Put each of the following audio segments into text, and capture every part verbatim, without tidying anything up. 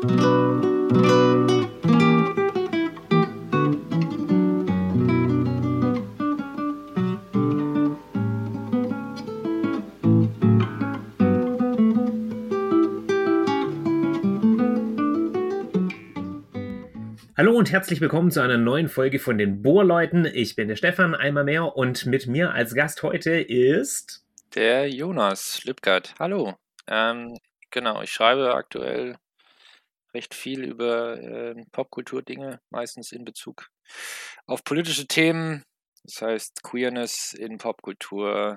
Hallo und herzlich willkommen zu einer neuen Folge von den Bohrleuten. Ich bin der Stefan, einmal mehr, und mit mir als Gast heute ist der Jonas Lübgert. Hallo. Ähm, genau, ich schreibe aktuell recht viel über äh, Popkultur-Dinge, meistens in Bezug auf politische Themen. Das heißt Queerness in Popkultur,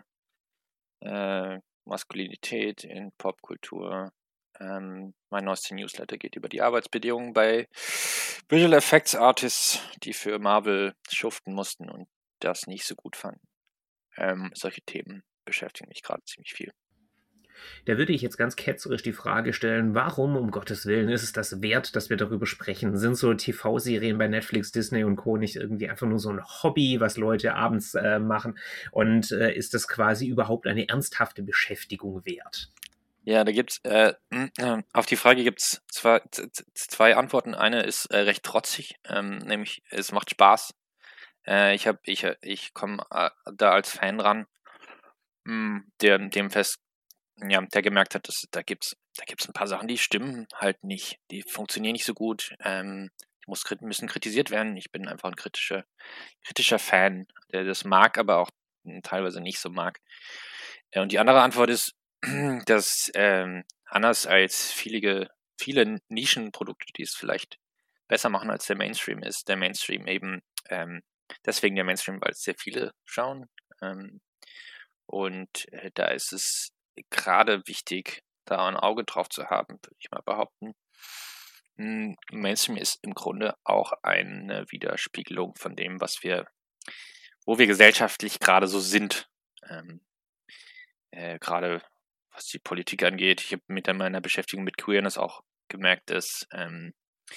äh, Maskulinität in Popkultur. Ähm, mein neuester Newsletter geht über die Arbeitsbedingungen bei Visual Effects Artists, die für Marvel schuften mussten und das nicht so gut fanden. Ähm, solche Themen beschäftigen mich gerade ziemlich viel. Da würde ich jetzt ganz ketzerisch die Frage stellen, warum, um Gottes Willen, ist es das wert, dass wir darüber sprechen? Sind so T V-Serien bei Netflix, Disney und Co. nicht irgendwie einfach nur so ein Hobby, was Leute abends äh, machen? Und äh, ist das quasi überhaupt eine ernsthafte Beschäftigung wert? Ja, da gibt's äh, äh, auf die Frage gibt's zwei, zwei Antworten. Eine ist äh, recht trotzig, ähm, nämlich es macht Spaß. Äh, ich hab, ich, ich komme äh, da als Fan ran, mh, der dem fest, ja, der gemerkt hat, dass da gibt's, da gibt's ein paar Sachen, die stimmen halt nicht, die funktionieren nicht so gut. Ähm, die muss, müssen kritisiert werden. Ich bin einfach ein kritischer, kritischer Fan, der das mag, aber auch mh, teilweise nicht so mag. Äh, und die andere Antwort ist, dass ähm, anders als viele, viele Nischenprodukte, die es vielleicht besser machen als der Mainstream ist, der Mainstream eben ähm, deswegen der Mainstream, weil es sehr viele schauen. Ähm, und äh, da ist es gerade wichtig, da ein Auge drauf zu haben, würde ich mal behaupten. Hm, Mainstream ist im Grunde auch eine Widerspiegelung von dem, was wir, wo wir gesellschaftlich gerade so sind. Ähm, äh, gerade was die Politik angeht. Ich habe mit meiner Beschäftigung mit Queerness auch gemerkt, dass ähm,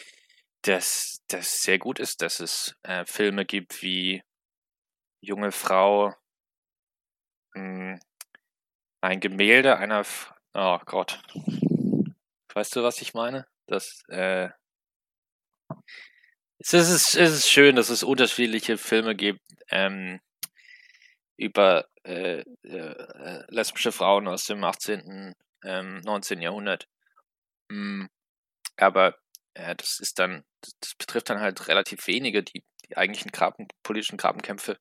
dass das sehr gut ist, dass es äh, Filme gibt wie Junge Frau, mh, ein Gemälde einer, F oh Gott, weißt du, was ich meine? Das, äh, es ist, es ist schön, dass es unterschiedliche Filme gibt ähm, über äh, äh, lesbische Frauen aus dem achtzehnten. Ähm, neunzehnten. Jahrhundert. Mm, aber äh, das ist dann, das betrifft dann halt relativ wenige, die, die eigentlichen Graben, politischen Grabenkämpfe,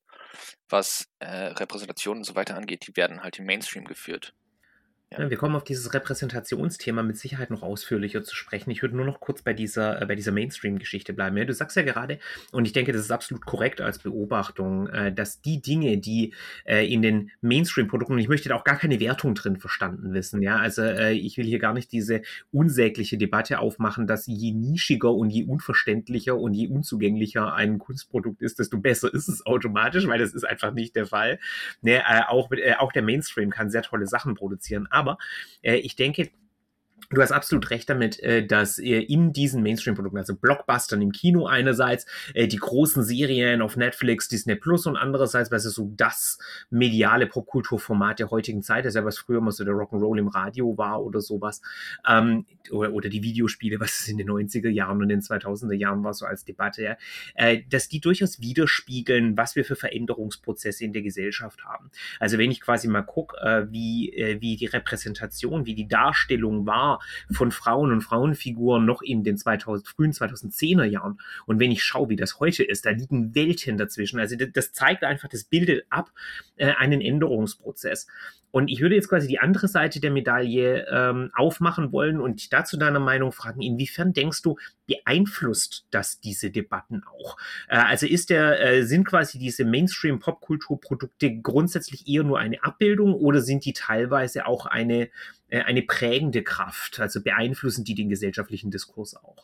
was äh, Repräsentation und so weiter angeht, die werden halt im Mainstream geführt. Ja. Ja, wir kommen auf dieses Repräsentationsthema mit Sicherheit noch ausführlicher zu sprechen. Ich würde nur noch kurz bei dieser, äh, bei dieser Mainstream-Geschichte bleiben. Ja, du sagst ja gerade, und ich denke, das ist absolut korrekt als Beobachtung, äh, dass die Dinge, die äh, in den Mainstream-Produkten, und ich möchte da auch gar keine Wertung drin verstanden wissen, ja, also äh, ich will hier gar nicht diese unsägliche Debatte aufmachen, dass je nischiger und je unverständlicher und je unzugänglicher ein Kunstprodukt ist, desto besser ist es automatisch, weil das ist einfach nicht der Fall. Ne, äh, auch, äh, auch der Mainstream kann sehr tolle Sachen produzieren, aber äh, ich denke, du hast absolut recht damit, äh, dass äh, in diesen Mainstream-Produkten, also Blockbustern im Kino einerseits, äh, die großen Serien auf Netflix, Disney Plus und andererseits, weil es so das mediale Popkulturformat der heutigen Zeit ist, ja, was früher mal so der Rock'n'Roll im Radio war oder sowas, ähm, oder, oder die Videospiele, was es in den neunziger Jahren und den zweitausender Jahren war, so als Debatte, ja, äh, dass die durchaus widerspiegeln, was wir für Veränderungsprozesse in der Gesellschaft haben. Also wenn ich quasi mal gucke, äh, wie, äh, wie die Repräsentation, wie die Darstellung war von Frauen und Frauenfiguren noch in den zweitausend, frühen zweitausendzehner Jahren. Und wenn ich schaue, wie das heute ist, da liegen Welten dazwischen. Also das zeigt einfach, das bildet ab äh, einen Änderungsprozess. Und ich würde jetzt quasi die andere Seite der Medaille ähm, aufmachen wollen und dazu deiner Meinung fragen, inwiefern denkst du, beeinflusst das diese Debatten auch? Äh, also ist der, äh, sind quasi diese Mainstream-Popkulturprodukte grundsätzlich eher nur eine Abbildung oder sind die teilweise auch eine, äh, eine prägende Kraft? Also beeinflussen die den gesellschaftlichen Diskurs auch?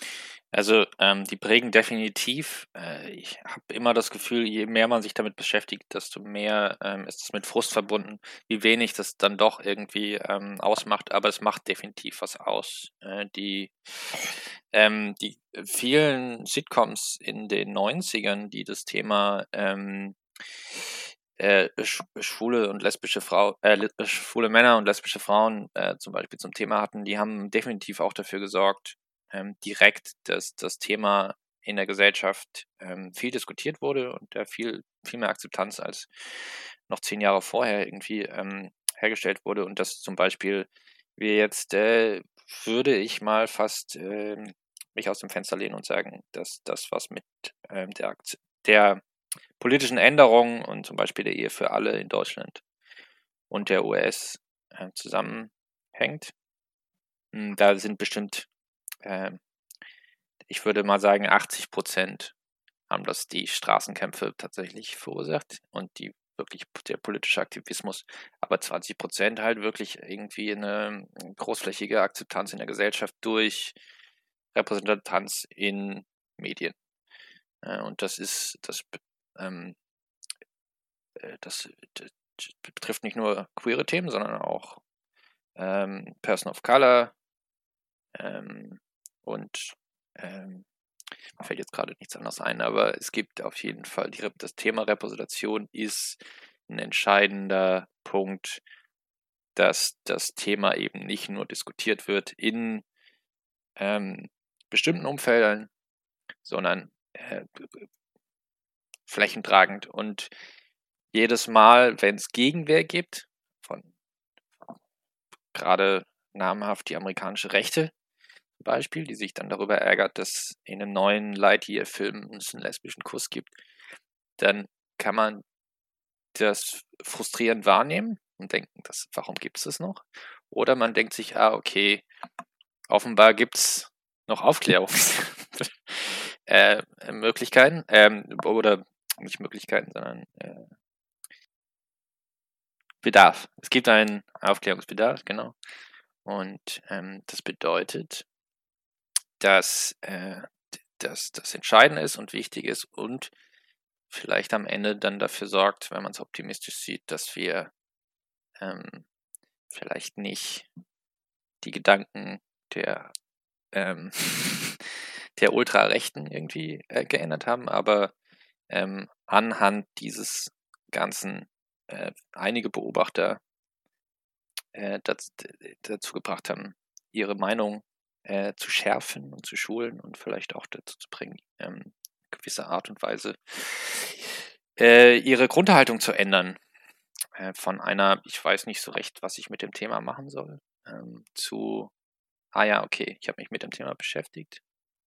Also ähm, die prägen definitiv. Äh, ich habe immer das Gefühl, je mehr man sich damit beschäftigt, desto mehr ähm, ist es mit Frust verbunden, wie wenig das dann doch irgendwie ähm, ausmacht. Aber es macht definitiv was aus. Äh, die, ähm, die vielen Sitcoms in den neunzigern, die das Thema ähm, äh, sch schwule und lesbische Frau, äh, schwule Männer und lesbische Frauen äh, zum Beispiel zum Thema hatten, die haben definitiv auch dafür gesorgt, ähm, direkt das, das Thema in der Gesellschaft ähm, viel diskutiert wurde und da viel, viel mehr Akzeptanz als noch zehn Jahre vorher irgendwie ähm, hergestellt wurde und dass zum Beispiel wir jetzt, äh, würde ich mal fast ähm, mich aus dem Fenster lehnen und sagen, dass das, was mit ähm, der, Akze- der politischen Änderungen und zum Beispiel der Ehe für alle in Deutschland und der U S äh, zusammenhängt. Hm, Da sind bestimmt, äh, ich würde mal sagen, achtzig Prozent haben das die Straßenkämpfe tatsächlich verursacht und die wirklich der politische Aktivismus, aber zwanzig Prozent halt wirklich irgendwie eine großflächige Akzeptanz in der Gesellschaft durch Repräsentanz in Medien. Äh, und das ist, das, ähm, äh, das, das betrifft nicht nur queere Themen, sondern auch ähm, Person of Color ähm, und ähm, mir fällt jetzt gerade nichts anderes ein, aber es gibt auf jeden Fall, die, das Thema Repräsentation ist ein entscheidender Punkt, dass das Thema eben nicht nur diskutiert wird in ähm, bestimmten Umfeldern, sondern äh, flächentragend. Und jedes Mal, wenn es Gegenwehr gibt, von gerade namhaft die amerikanische Rechte zum Beispiel, die sich dann darüber ärgert, dass in einem neuen Lightyear-Film es einen lesbischen Kuss gibt, dann kann man das frustrierend wahrnehmen und denken, das, warum gibt es das noch? Oder man denkt sich, ah, okay, offenbar gibt es noch Aufklärungsmöglichkeiten äh, Möglichkeiten, ähm, oder nicht Möglichkeiten, sondern äh, Bedarf. Es gibt einen Aufklärungsbedarf, genau. Und ähm, das bedeutet, dass äh, dass das entscheidend ist und wichtig ist und vielleicht am Ende dann dafür sorgt, wenn man es optimistisch sieht, dass wir ähm, vielleicht nicht die Gedanken der, ähm, der Ultrarechten irgendwie äh, geändert haben, aber ähm, anhand dieses Ganzen äh, einige Beobachter äh, dazu, dazu gebracht haben, ihre Meinung äh, zu schärfen und zu schulen und vielleicht auch dazu zu bringen, ähm, gewisse Art und Weise äh, ihre Grundhaltung zu ändern. Äh, von einer, ich weiß nicht so recht, was ich mit dem Thema machen soll, ähm, zu, ah ja, okay, ich habe mich mit dem Thema beschäftigt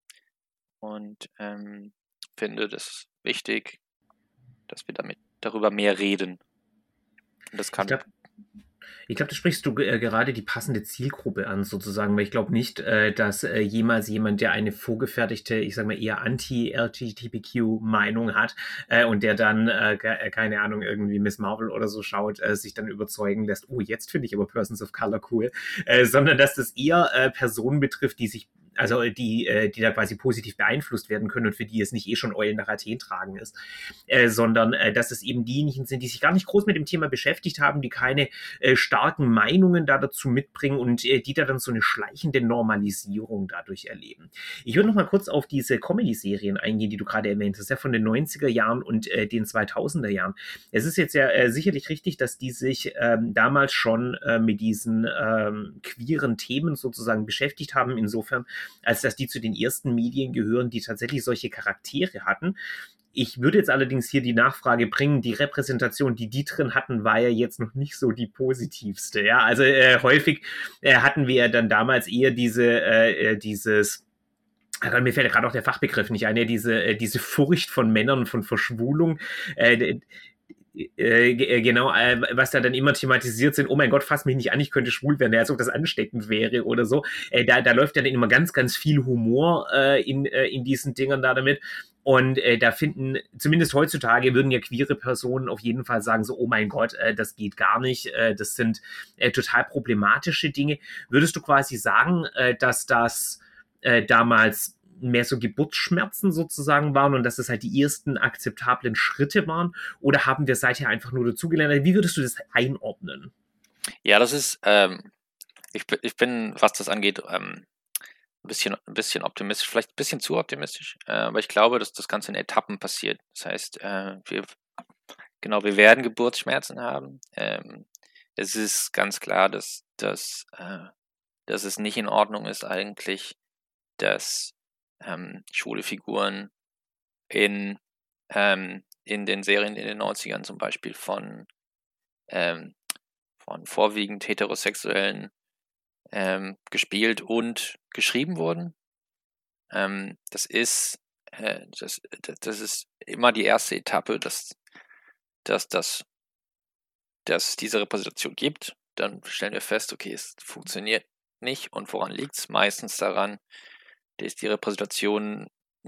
und ähm, finde das wichtig, dass wir damit darüber mehr reden. Und das Ich kann. glaube, Ich glaube, da sprichst du äh, gerade die passende Zielgruppe an, sozusagen, weil ich glaube nicht, äh, dass äh, jemals jemand, der eine vorgefertigte, ich sage mal eher anti-L G B T Q-Meinung hat äh, und der dann, äh, ke- keine Ahnung, irgendwie Miss Marvel oder so schaut, äh, sich dann überzeugen lässt, oh, jetzt finde ich aber Persons of Color cool, äh, sondern dass das eher äh, Personen betrifft, die sich also die, äh, die da quasi positiv beeinflusst werden können und für die es nicht eh schon Eulen nach Athen tragen ist, äh, sondern äh, dass es eben diejenigen sind, die sich gar nicht groß mit dem Thema beschäftigt haben, die keine äh, starken Meinungen da dazu mitbringen und äh, die da dann so eine schleichende Normalisierung dadurch erleben. Ich würde noch mal kurz auf diese Comedy-Serien eingehen, die du gerade erwähnt hast, ja von den neunziger Jahren und äh, den zweitausender Jahren. Es ist jetzt ja äh, sicherlich richtig, dass die sich ähm, damals schon äh, mit diesen ähm, queeren Themen sozusagen beschäftigt haben, insofern, als dass die zu den ersten Medien gehören, die tatsächlich solche Charaktere hatten. Ich würde jetzt allerdings hier die Nachfrage bringen, die Repräsentation, die die drin hatten, war ja jetzt noch nicht so die positivste. Ja, also äh, häufig äh, hatten wir ja dann damals eher diese, äh, dieses, also mir fällt ja gerade auch der Fachbegriff nicht ein, ja, diese, äh, diese Furcht von Männern, von Verschwulung. Äh, äh, äh, genau, äh, was da dann immer thematisiert sind, oh mein Gott, fass mich nicht an, ich könnte schwul werden, als ob das ansteckend wäre oder so. Äh, da, da läuft ja dann immer ganz, ganz viel Humor äh, in, äh, in diesen Dingern da damit. Und äh, da finden, zumindest heutzutage würden ja queere Personen auf jeden Fall sagen, so, oh mein Gott, äh, das geht gar nicht, äh, das sind äh, total problematische Dinge. Würdest du quasi sagen, äh, dass das äh, damals mehr so Geburtsschmerzen sozusagen waren und dass das halt die ersten akzeptablen Schritte waren? Oder haben wir seither einfach nur dazugelernt? Wie würdest du das einordnen? Ja, das ist, ähm, ich, ich bin, was das angeht, ähm, ein bisschen, ein bisschen optimistisch, vielleicht ein bisschen zu optimistisch, äh, aber ich glaube, dass das Ganze in Etappen passiert. Das heißt, äh, wir, genau, wir werden Geburtsschmerzen haben. Ähm, es ist ganz klar, dass, dass, äh, dass es nicht in Ordnung ist, eigentlich dass ähm, schwule Figuren in, ähm, in den Serien in den neunzigern zum Beispiel von, ähm, von vorwiegend Heterosexuellen ähm, gespielt und geschrieben wurden. Ähm, das ist äh, das, das ist immer die erste Etappe, dass, dass, dass, dass es diese Repräsentation gibt. Dann stellen wir fest, okay, es funktioniert nicht. Und woran liegt es? Meistens daran, dass die Repräsentation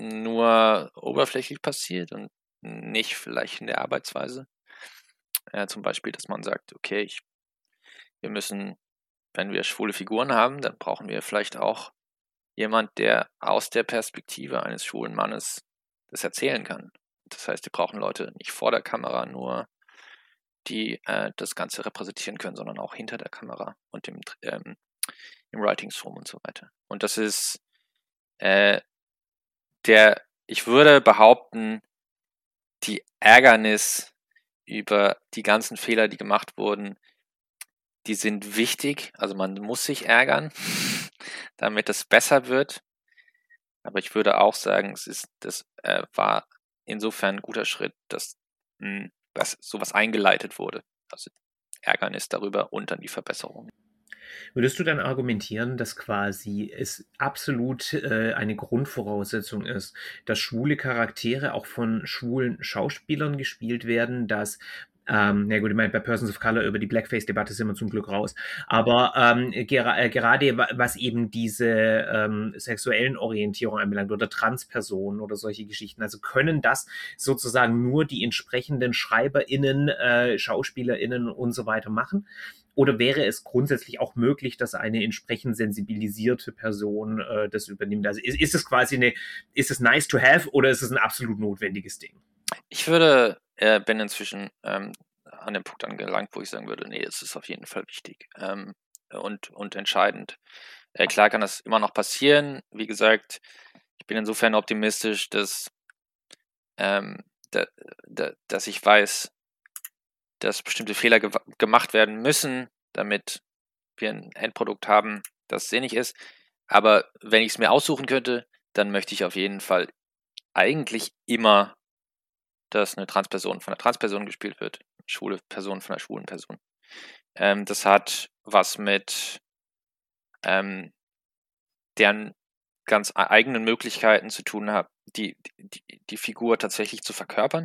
nur oberflächlich passiert und nicht vielleicht in der Arbeitsweise. Äh, zum Beispiel, dass man sagt, okay, ich, wir müssen, wenn wir schwule Figuren haben, dann brauchen wir vielleicht auch jemand, der aus der Perspektive eines schwulen Mannes das erzählen kann. Das heißt, wir brauchen Leute nicht vor der Kamera nur, die äh, das Ganze repräsentieren können, sondern auch hinter der Kamera und im, ähm, im Writing-Room und so weiter. Und das ist äh, der, ich würde behaupten, die Ärgernis über die ganzen Fehler, die gemacht wurden, die sind wichtig. Also man muss sich ärgern, damit es besser wird. Aber ich würde auch sagen, es ist, das äh, war insofern ein guter Schritt, dass mh, was, sowas eingeleitet wurde. Also Ärgernis darüber und dann die Verbesserung. Würdest du dann argumentieren, dass quasi es absolut äh, eine Grundvoraussetzung ist, dass schwule Charaktere auch von schwulen Schauspielern gespielt werden, dass ähm, na gut, ich meine, bei Persons of Color über die Blackface-Debatte sind wir zum Glück raus. Aber ähm, gera äh, gerade was eben diese ähm, sexuellen Orientierungen anbelangt oder Transpersonen oder solche Geschichten, also können das sozusagen nur die entsprechenden SchreiberInnen, äh, SchauspielerInnen und so weiter machen? Oder wäre es grundsätzlich auch möglich, dass eine entsprechend sensibilisierte Person äh, das übernimmt? Also ist, ist es quasi eine, ist es nice to have oder ist es ein absolut notwendiges Ding? Ich würde, äh, bin inzwischen ähm, an dem Punkt angelangt, wo ich sagen würde, nee, es ist auf jeden Fall wichtig ähm, und, und entscheidend. Äh, klar kann das immer noch passieren. Wie gesagt, ich bin insofern optimistisch, dass, ähm, da, da, dass ich weiß, dass bestimmte Fehler ge gemacht werden müssen, damit wir ein Endprodukt haben, das sinnig ist. Aber wenn ich es mir aussuchen könnte, dann möchte ich auf jeden Fall eigentlich immer, dass eine Transperson von einer Transperson gespielt wird, eine schwule Person von einer schwulen Person. Ähm, das hat was mit ähm, deren ganz eigenen Möglichkeiten zu tun hat, die, die, die Figur tatsächlich zu verkörpern.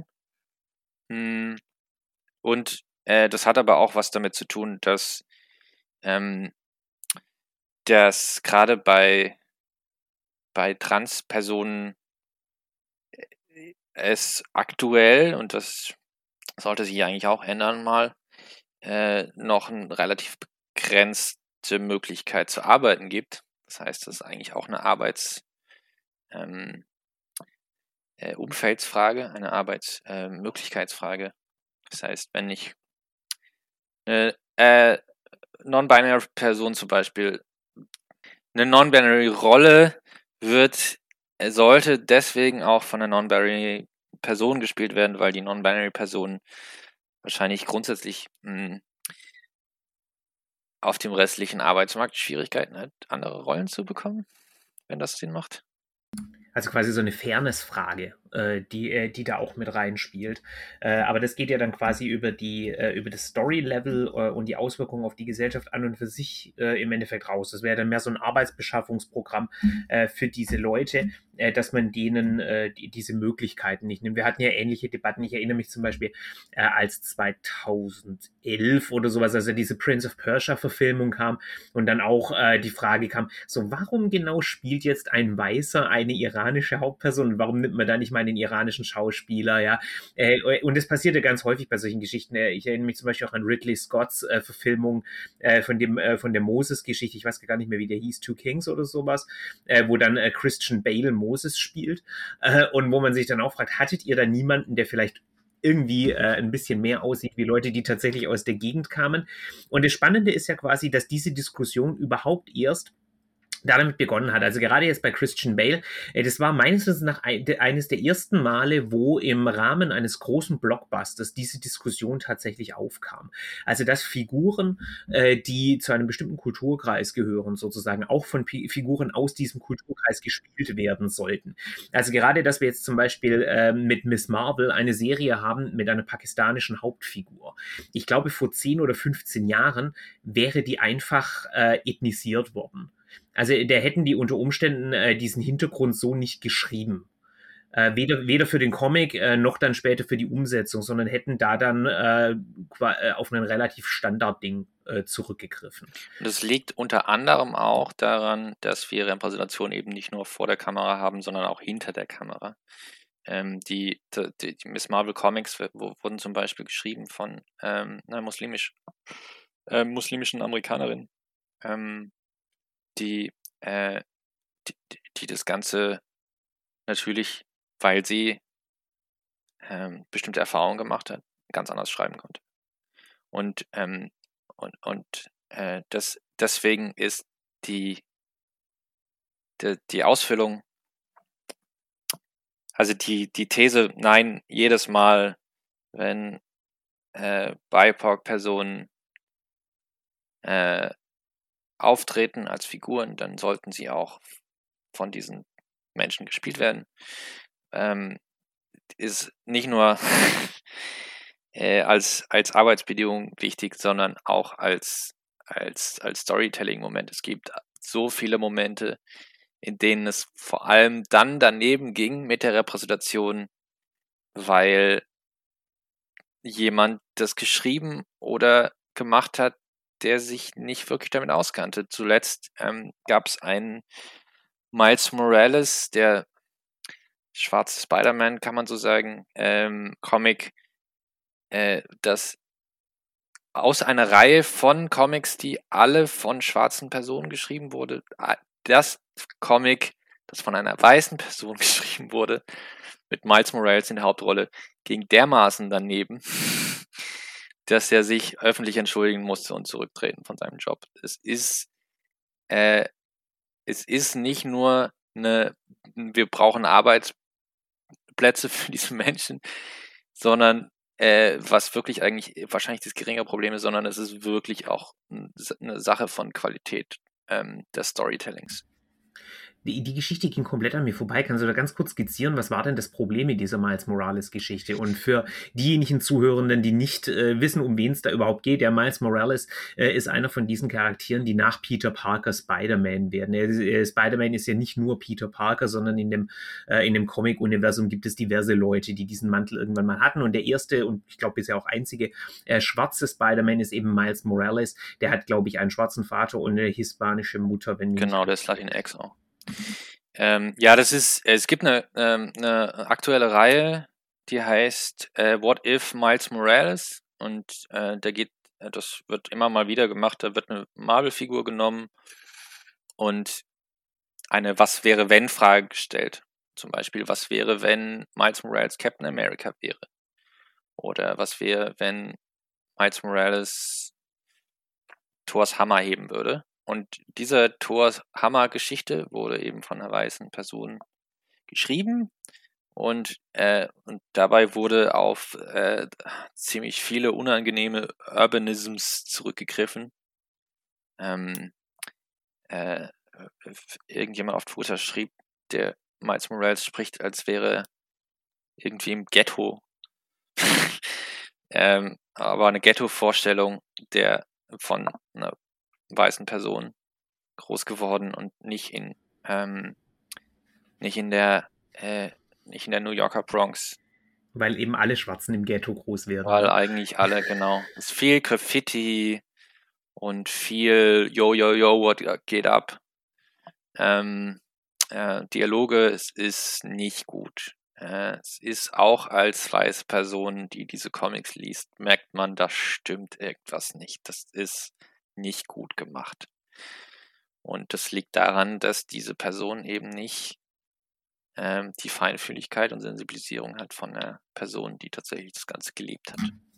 Hm. Und äh, das hat aber auch was damit zu tun, dass ähm, dass gerade bei, bei Transpersonen es aktuell, und das sollte sich eigentlich auch ändern mal, äh, noch eine relativ begrenzte Möglichkeit zu arbeiten gibt. Das heißt, das ist eigentlich auch eine Arbeits ähm, äh, Umfeldsfrage, eine Arbeitsmöglichkeitsfrage. Äh, das heißt, wenn ich eine äh, non-binary Person zum Beispiel, eine non-binary Rolle wird, sollte deswegen auch von einer non-binary Person gespielt werden, weil die non-binary Person wahrscheinlich grundsätzlich mh, auf dem restlichen Arbeitsmarkt Schwierigkeiten hat, andere Rollen zu bekommen, wenn das Sinn macht. Also quasi so eine Fairness-Frage, äh, die, äh, die da auch mit reinspielt. Äh, aber das geht ja dann quasi über die, äh, über das Story-Level äh, und die Auswirkungen auf die Gesellschaft an und für sich äh, im Endeffekt raus. Das wäre dann mehr so ein Arbeitsbeschaffungsprogramm äh, für diese Leute, äh, dass man denen äh, die, diese Möglichkeiten nicht nimmt. Wir hatten ja ähnliche Debatten. Ich erinnere mich zum Beispiel, äh, als zweitausendelf oder sowas, also diese Prince of Persia-Verfilmung kam und dann auch äh, die Frage kam, so warum genau spielt jetzt ein Weißer eine iranische Hauptperson? Warum nimmt man da nicht mal einen iranischen Schauspieler? Ja, äh, und das passierte ganz häufig bei solchen Geschichten. Ich erinnere mich zum Beispiel auch an Ridley Scotts äh, Verfilmung äh, von dem äh, von der Moses-Geschichte. Ich weiß gar nicht mehr, wie der hieß, Two Kings oder sowas, äh, wo dann äh, Christian Bale Moses spielt äh, und wo man sich dann auch fragt, hattet ihr da niemanden, der vielleicht irgendwie äh, ein bisschen mehr aussieht wie Leute, die tatsächlich aus der Gegend kamen? Und das Spannende ist ja quasi, dass diese Diskussion überhaupt erst da damit begonnen hat. Also gerade jetzt bei Christian Bale, äh, das war meines Wissens nach ein, de, eines der ersten Male, wo im Rahmen eines großen Blockbusters diese Diskussion tatsächlich aufkam. Also dass Figuren, äh, die zu einem bestimmten Kulturkreis gehören, sozusagen auch von P Figuren aus diesem Kulturkreis gespielt werden sollten. Also gerade, dass wir jetzt zum Beispiel äh, mit Miss Marvel eine Serie haben mit einer pakistanischen Hauptfigur. Ich glaube, vor zehn oder fünfzehn Jahren wäre die einfach äh, ethnisiert worden. Also da hätten die unter Umständen äh, diesen Hintergrund so nicht geschrieben. Äh, weder, weder für den Comic äh, noch dann später für die Umsetzung, sondern hätten da dann äh, äh, auf ein relativ Standardding äh, zurückgegriffen. Und das liegt unter anderem auch daran, dass wir Repräsentation eben nicht nur vor der Kamera haben, sondern auch hinter der Kamera. Ähm, die, die, die Miss Marvel Comics wurden zum Beispiel geschrieben von ähm, einer muslimisch, äh, muslimischen Amerikanerin, ähm, die, äh, die, die das Ganze natürlich, weil sie ähm, bestimmte Erfahrungen gemacht hat, ganz anders schreiben konnte. Und, ähm, und, und äh, das, deswegen ist die, die, die Ausfüllung, also die, die These, nein, jedes Mal, wenn äh, B I P O C-Personen äh, auftreten als Figuren, dann sollten sie auch von diesen Menschen gespielt werden. Ähm, ist nicht nur äh, als, als Arbeitsbedingung wichtig, sondern auch als, als, als Storytelling-Moment. Es gibt so viele Momente, in denen es vor allem dann daneben ging mit der Repräsentation, weil jemand das geschrieben oder gemacht hat, der sich nicht wirklich damit auskannte. Zuletzt ähm, gab es einen Miles Morales, der schwarze Spider-Man, kann man so sagen, ähm, Comic, äh, das aus einer Reihe von Comics, die alle von schwarzen Personen geschrieben wurde, das Comic, das von einer weißen Person geschrieben wurde, mit Miles Morales in der Hauptrolle, ging dermaßen daneben, dass er sich öffentlich entschuldigen musste und zurücktreten von seinem Job. Es ist, äh, es ist nicht nur eine, wir brauchen Arbeitsplätze für diese Menschen, sondern äh, was wirklich eigentlich wahrscheinlich das geringere Problem ist, sondern es ist wirklich auch eine Sache von Qualität ähm, des Storytellings. Die, die Geschichte ging komplett an mir vorbei. Kannst du da ganz kurz skizzieren, was war denn das Problem mit dieser Miles Morales-Geschichte? Und für diejenigen Zuhörenden, die nicht äh, wissen, um wen es da überhaupt geht, der Miles Morales äh, ist einer von diesen Charakteren, die nach Peter Parker Spider-Man werden. Äh, Spider-Man ist ja nicht nur Peter Parker, sondern in dem, äh, in dem Comic-Universum gibt es diverse Leute, die diesen Mantel irgendwann mal hatten. Und der erste und ich glaube bisher auch einzige äh, schwarze Spider-Man ist eben Miles Morales. Der hat, glaube ich, einen schwarzen Vater und eine hispanische Mutter. Wenn genau, der ist Latinx auch. Ähm, ja, das ist, es gibt eine, ähm, eine aktuelle Reihe, die heißt äh, What If Miles Morales, und äh, da geht, das wird immer mal wieder gemacht, da wird eine Marvel-Figur genommen und eine Was wäre wenn Frage gestellt. Zum Beispiel, was wäre, wenn Miles Morales Captain America wäre? Oder was wäre, wenn Miles Morales Thors Hammer heben würde? Und diese Thors Hammer-Geschichte wurde eben von einer weißen Person geschrieben, und, äh, und dabei wurde auf äh, ziemlich viele unangenehme Urbanisms zurückgegriffen. Ähm, äh, irgendjemand auf Twitter schrieb, der Miles Morales spricht, als wäre irgendwie im Ghetto. ähm, aber eine Ghetto-Vorstellung der von einer weißen Person groß geworden und nicht in ähm, nicht in der äh, nicht in der New Yorker Bronx. Weil eben alle Schwarzen im Ghetto groß werden. Weil Ne? eigentlich alle, genau. Es ist viel Graffiti und viel Yo, yo, yo, what geht ab. Ähm, äh, Dialoge, es ist nicht gut. Äh, es ist auch als weiße Person, die diese Comics liest, merkt man, da stimmt irgendwas nicht. Das ist nicht gut gemacht. Und das liegt daran, dass diese Person eben nicht ähm, die Feinfühligkeit und Sensibilisierung hat von einer Person, die tatsächlich das Ganze gelebt hat.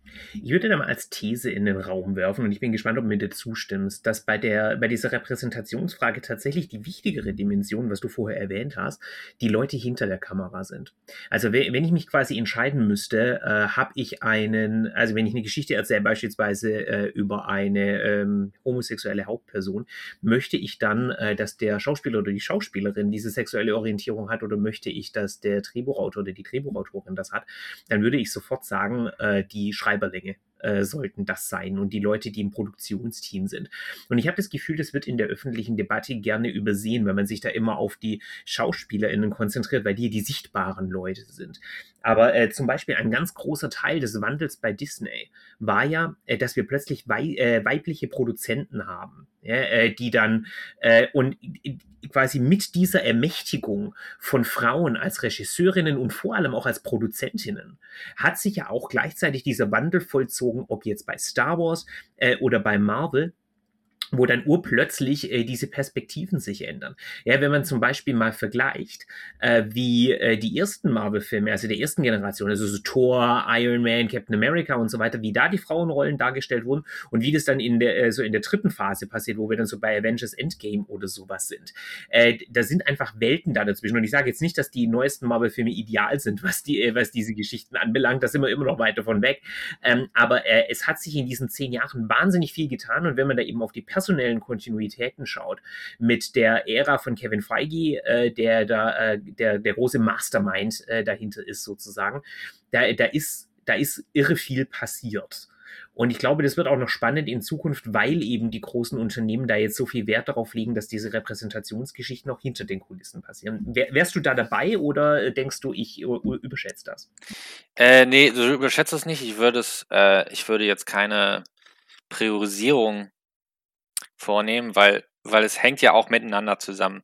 Ich würde da mal als These in den Raum werfen, und ich bin gespannt, ob du mir dir zustimmst, dass bei der, bei dieser Repräsentationsfrage tatsächlich die wichtigere Dimension, was du vorher erwähnt hast, die Leute hinter der Kamera sind. Also we- wenn ich mich quasi entscheiden müsste, äh, habe ich einen, also wenn ich eine Geschichte erzähle, beispielsweise äh, über eine ähm, homosexuelle Hauptperson, möchte ich dann, äh, dass der Schauspieler oder die Schauspielerin diese sexuelle Orientierung hat, oder möchte ich, dass der Drehbuchautor oder die Drehbuchautorin das hat, dann würde ich sofort sagen, äh, die Schreiberlänge äh, sollten das sein und die Leute, die im Produktionsteam sind. Und ich habe das Gefühl, das wird in der öffentlichen Debatte gerne übersehen, wenn man sich da immer auf die SchauspielerInnen konzentriert, weil die die sichtbaren Leute sind. Aber äh, zum Beispiel ein ganz großer Teil des Wandels bei Disney war ja, äh, dass wir plötzlich wei äh, weibliche Produzenten haben, ja, äh, die dann äh, und äh, quasi mit dieser Ermächtigung von Frauen als Regisseurinnen und vor allem auch als Produzentinnen hat sich ja auch gleichzeitig dieser Wandel vollzogen, ob jetzt bei Star Wars äh, oder bei Marvel, wo dann urplötzlich äh, diese Perspektiven sich ändern. Ja, wenn man zum Beispiel mal vergleicht, äh, wie äh, die ersten Marvel-Filme, also der ersten Generation, also so Thor, Iron Man, Captain America und so weiter, wie da die Frauenrollen dargestellt wurden und wie das dann in der, äh, so in der dritten Phase passiert, wo wir dann so bei Avengers Endgame oder sowas sind. Äh, da sind einfach Welten da dazwischen. Und ich sage jetzt nicht, dass die neuesten Marvel-Filme ideal sind, was die, äh, was diese Geschichten anbelangt. Da sind wir immer noch weit davon weg. Ähm, aber äh, es hat sich in diesen zehn Jahren wahnsinnig viel getan. Und wenn man da eben auf die personellen Kontinuitäten schaut, mit der Ära von Kevin Feige, äh, der da äh, der, der große Mastermind äh, dahinter ist sozusagen, da, da ist da ist irre viel passiert. Und ich glaube, das wird auch noch spannend in Zukunft, weil eben die großen Unternehmen da jetzt so viel Wert darauf legen, dass diese Repräsentationsgeschichten auch hinter den Kulissen passieren. Wär, wärst du da dabei oder denkst du, ich überschätze das? Äh, nee, du überschätzt es nicht. Ich würde es, äh, ich würde jetzt keine Priorisierung vornehmen, weil, weil es hängt ja auch miteinander zusammen.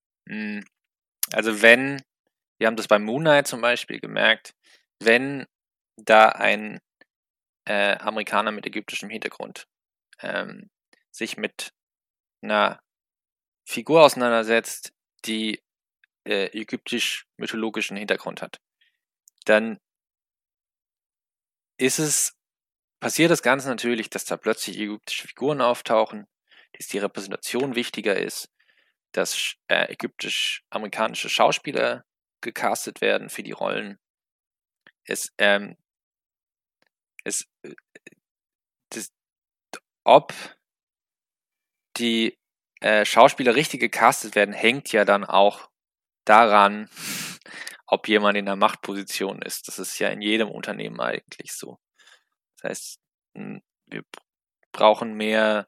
Hm. Also wenn, wir haben das bei Moon Knight zum Beispiel gemerkt, wenn da ein äh, Amerikaner mit ägyptischem Hintergrund ähm, sich mit einer Figur auseinandersetzt, die äh, ägyptisch-mythologischen Hintergrund hat, dann ist es, passiert das Ganze natürlich, dass da plötzlich ägyptische Figuren auftauchen, dass die Repräsentation wichtiger ist, dass äh, ägyptisch-amerikanische Schauspieler gecastet werden für die Rollen. Es, ähm, es, äh, das, ob die äh, Schauspieler richtig gecastet werden, hängt ja dann auch daran, ob jemand in der Machtposition ist. Das ist ja in jedem Unternehmen eigentlich so. Das heißt, wir brauchen mehr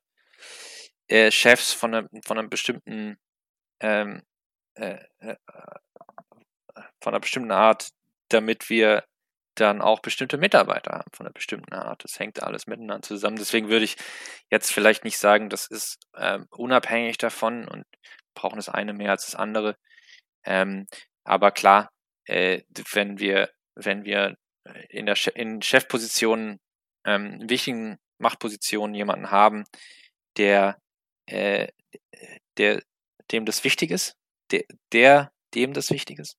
äh, Chefs von einer, von einem bestimmten ähm, äh, äh, von einer bestimmten Art, damit wir dann auch bestimmte Mitarbeiter haben von einer bestimmten Art. Das hängt alles miteinander zusammen. Deswegen würde ich jetzt vielleicht nicht sagen, das ist ähm, unabhängig davon und brauchen das eine mehr als das andere. Ähm, aber klar, äh, wenn wir, wenn wir in der che- in Chefpositionen, ähm, wichtigen Machtpositionen jemanden haben, der, äh, der dem das wichtig ist, der, der dem das wichtig ist,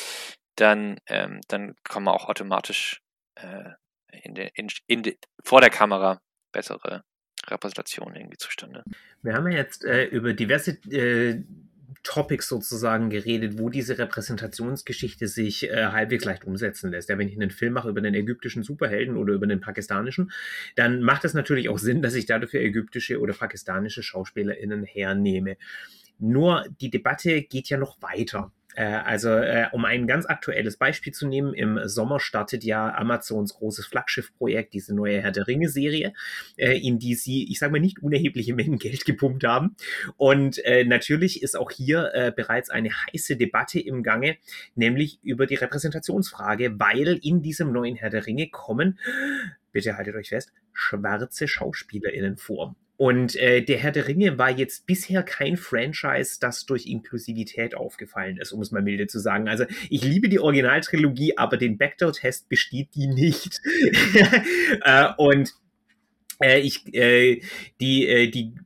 dann, ähm, dann kommen auch automatisch äh, in de, in, in de, vor der Kamera bessere Repräsentationen irgendwie zustande. Wir haben ja jetzt äh, über diverse äh, Topics sozusagen geredet, wo diese Repräsentationsgeschichte sich äh, halbwegs leicht umsetzen lässt. Ja, wenn ich einen Film mache über den ägyptischen Superhelden oder über den pakistanischen, dann macht es natürlich auch Sinn, dass ich dafür ägyptische oder pakistanische SchauspielerInnen hernehme. Nur die Debatte geht ja noch weiter. Äh, also, äh, um ein ganz aktuelles Beispiel zu nehmen, im Sommer startet ja Amazons großes Flaggschiffprojekt, diese neue Herr der Ringe-Serie, äh, in die sie, ich sage mal, nicht unerhebliche Mengen Geld gepumpt haben. Und äh, natürlich ist auch hier äh, bereits eine heiße Debatte im Gange, nämlich über die Repräsentationsfrage, weil in diesem neuen Herr der Ringe kommen, bitte haltet euch fest, schwarze SchauspielerInnen vor. Und äh, der Herr der Ringe war jetzt bisher kein Franchise, das durch Inklusivität aufgefallen ist, um es mal milde zu sagen. Also ich liebe die Originaltrilogie, aber den Bechdel-Test besteht die nicht. äh, und äh, ich, äh, die, äh, die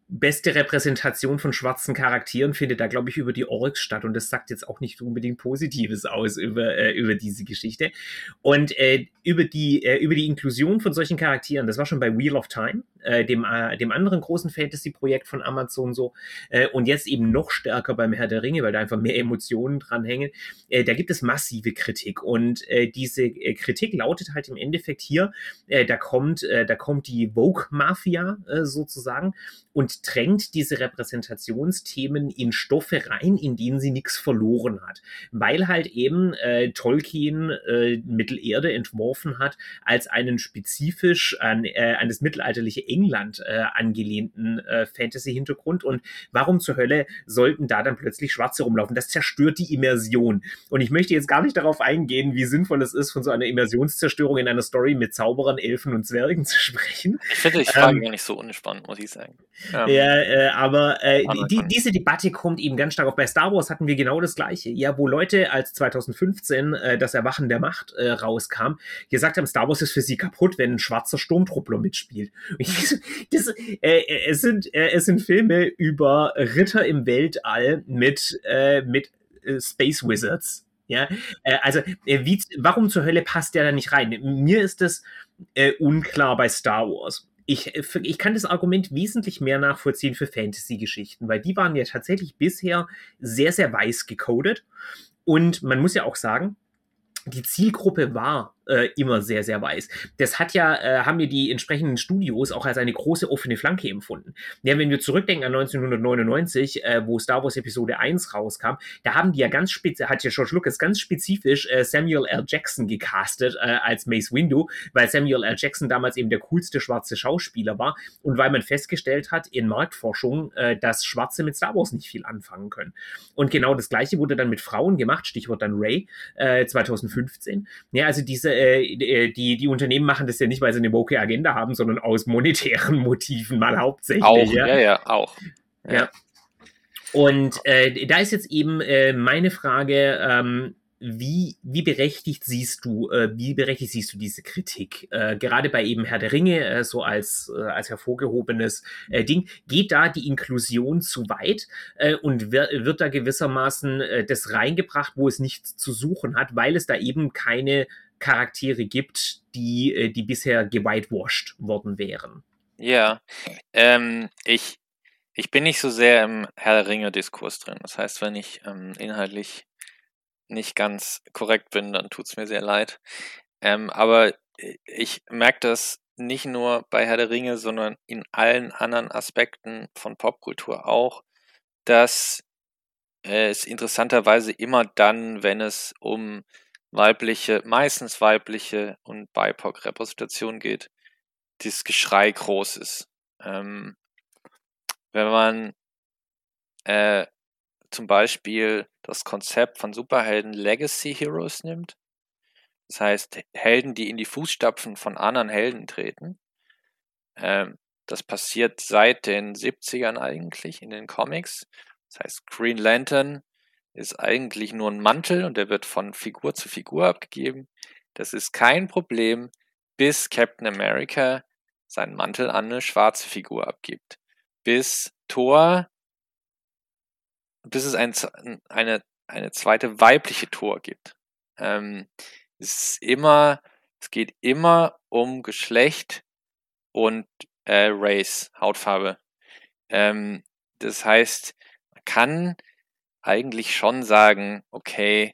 beste Repräsentation von schwarzen Charakteren findet da, glaube ich, über die Orks statt. Und das sagt jetzt auch nicht unbedingt Positives aus über, äh, über diese Geschichte. Und äh, über, die, äh, über die Inklusion von solchen Charakteren, das war schon bei Wheel of Time, äh, dem, äh, dem anderen großen Fantasy-Projekt von Amazon so, äh, und jetzt eben noch stärker beim Herr der Ringe, weil da einfach mehr Emotionen dranhängen. Äh, da gibt es massive Kritik. Und äh, diese äh, Kritik lautet halt im Endeffekt hier, äh, da kommt, äh, da kommt die Woke-Mafia äh, sozusagen und drängt diese Repräsentationsthemen in Stoffe rein, in denen sie nichts verloren hat. Weil halt eben äh, Tolkien äh, Mittelerde entworfen hat als einen spezifisch an, äh, an das mittelalterliche England äh, angelehnten äh, Fantasy-Hintergrund. Und warum zur Hölle sollten da dann plötzlich Schwarze rumlaufen? Das zerstört die Immersion. Und ich möchte jetzt gar nicht darauf eingehen, wie sinnvoll es ist, von so einer Immersionszerstörung in einer Story mit Zauberern, Elfen und Zwergen zu sprechen. Ich finde die Frage ähm, gar nicht so unspannend, muss ich sagen. Ähm, ja, äh, aber äh, die, diese Debatte kommt eben ganz stark auf. Bei Star Wars hatten wir genau das Gleiche. Ja, wo Leute, als zwanzig fünfzehn äh, das Erwachen der Macht äh, rauskam, gesagt haben, Star Wars ist für sie kaputt, wenn ein schwarzer Sturmtruppler mitspielt. das, äh, es, sind, äh, es sind Filme über Ritter im Weltall mit, äh, mit äh, Space Wizards. Ja, äh, also äh, wie, warum zur Hölle passt der da nicht rein? Mir ist das äh, unklar bei Star Wars. Ich, ich kann das Argument wesentlich mehr nachvollziehen für Fantasy-Geschichten, weil die waren ja tatsächlich bisher sehr, sehr weiß gecodet. Und man muss ja auch sagen, die Zielgruppe war äh, immer sehr, sehr weiß. Das hat ja, äh, haben wir die entsprechenden Studios auch als eine große offene Flanke empfunden. Ja, wenn wir zurückdenken an neunzehnhundertneunundneunzig, äh, wo Star Wars Episode eins rauskam, da haben die ja ganz spezifisch, hat ja George Lucas ganz spezifisch äh, Samuel L. Jackson gecastet äh, als Mace Windu, weil Samuel L. Jackson damals eben der coolste schwarze Schauspieler war und weil man festgestellt hat in Marktforschung, äh, dass Schwarze mit Star Wars nicht viel anfangen können. Und genau das Gleiche wurde dann mit Frauen gemacht, Stichwort dann Rey, äh, zwanzig fünfzehn. Ja, also diese, äh, die, die Unternehmen machen das ja nicht, weil sie eine woke Agenda haben, sondern aus monetären Motiven mal hauptsächlich. Auch, ja, ja, ja, auch. Ja. ja. Und äh, da ist jetzt eben äh, meine Frage, ähm, wie, wie berechtigt siehst du, äh, wie berechtigt siehst du diese Kritik? Äh, gerade bei eben Herr der Ringe, äh, so als, äh, als hervorgehobenes äh, Ding, geht da die Inklusion zu weit äh, und wird, wird da gewissermaßen äh, das reingebracht, wo es nichts zu suchen hat, weil es da eben keine Charaktere gibt, die, äh, die bisher gewhitewashed worden wären? Ja, ähm, ich, ich bin nicht so sehr im Herr der Ringe-Diskurs drin. Das heißt, wenn ich ähm, inhaltlich nicht ganz korrekt bin, dann tut's mir sehr leid. Ähm, aber ich merke das nicht nur bei Herr der Ringe, sondern in allen anderen Aspekten von Popkultur auch, dass äh, es interessanterweise immer dann, wenn es um weibliche, meistens weibliche und B I P O C-Repräsentation geht, das Geschrei groß ist. Ähm, wenn man äh, zum Beispiel das Konzept von Superhelden Legacy Heroes nimmt, das heißt Helden, die in die Fußstapfen von anderen Helden treten. Ähm, das passiert seit den siebzigern eigentlich in den Comics. Das heißt, Green Lantern ist eigentlich nur ein Mantel und der wird von Figur zu Figur abgegeben. Das ist kein Problem, bis Captain America seinen Mantel an eine schwarze Figur abgibt. Bis Thor, bis es ein, eine, eine zweite weibliche Thor gibt. Ähm, es ist immer, es geht immer um Geschlecht und äh, Race, Hautfarbe. Ähm, das heißt, man kann eigentlich schon sagen, okay,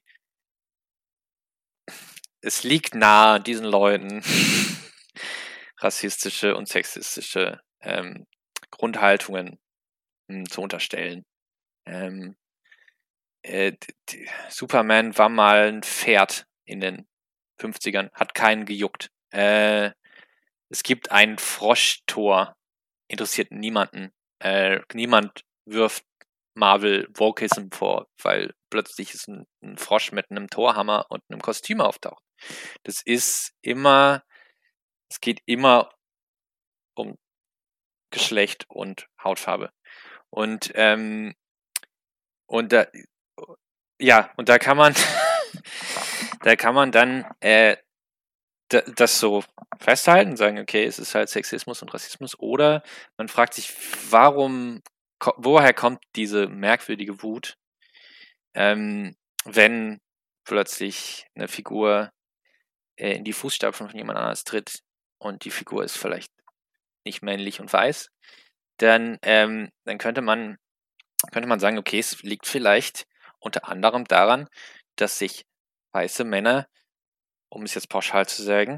es liegt nahe, diesen Leuten rassistische und sexistische ähm, Grundhaltungen mh, zu unterstellen. Ähm, äh, Superman war mal ein Pferd in den fünfzigern, hat keinen gejuckt. Äh, es gibt ein Froschtor, interessiert niemanden. Äh, niemand wirft Marvel Wokeism vor, weil plötzlich ist ein, ein Frosch mit einem Torhammer und einem Kostüm auftaucht. Das ist immer, es geht immer um Geschlecht und Hautfarbe. Und ähm, und da ja, und da kann man da kann man dann äh, d- das so festhalten, sagen, okay, es ist halt Sexismus und Rassismus, oder man fragt sich, warum, ko- woher kommt diese merkwürdige Wut, ähm, wenn plötzlich eine Figur äh, in die Fußstapfen von jemand anders tritt und die Figur ist vielleicht nicht männlich und weiß, dann, ähm, dann könnte man, könnte man sagen, okay, es liegt vielleicht unter anderem daran, dass sich weiße Männer, um es jetzt pauschal zu sagen,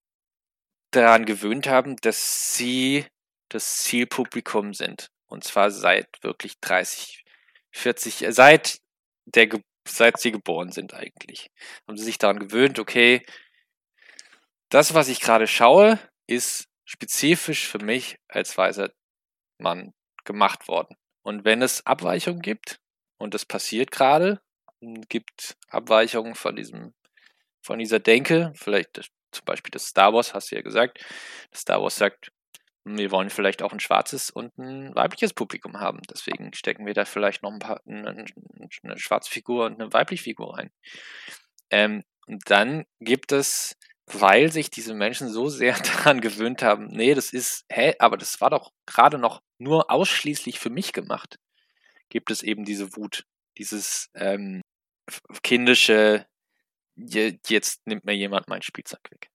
daran gewöhnt haben, dass sie das Zielpublikum sind. Und zwar seit wirklich dreißig, vierzig, äh, seit der, Ge- seit sie geboren sind eigentlich. Haben sie sich daran gewöhnt, okay, das, was ich gerade schaue, ist spezifisch für mich als weißer Mann gemacht worden. Und wenn es Abweichungen gibt, und das passiert gerade, gibt Abweichungen von diesem, von dieser Denke, vielleicht das, zum Beispiel das Star Wars, hast du ja gesagt, das Star Wars sagt, wir wollen vielleicht auch ein schwarzes und ein weibliches Publikum haben. Deswegen stecken wir da vielleicht noch ein paar, eine, eine schwarze Figur und eine weibliche Figur rein. Ähm, und dann gibt es, weil sich diese Menschen so sehr daran gewöhnt haben, nee, das ist, hä, aber das war doch gerade noch nur ausschließlich für mich gemacht, gibt es eben diese Wut, dieses ähm, kindische, je, jetzt nimmt mir jemand mein Spielzeug weg.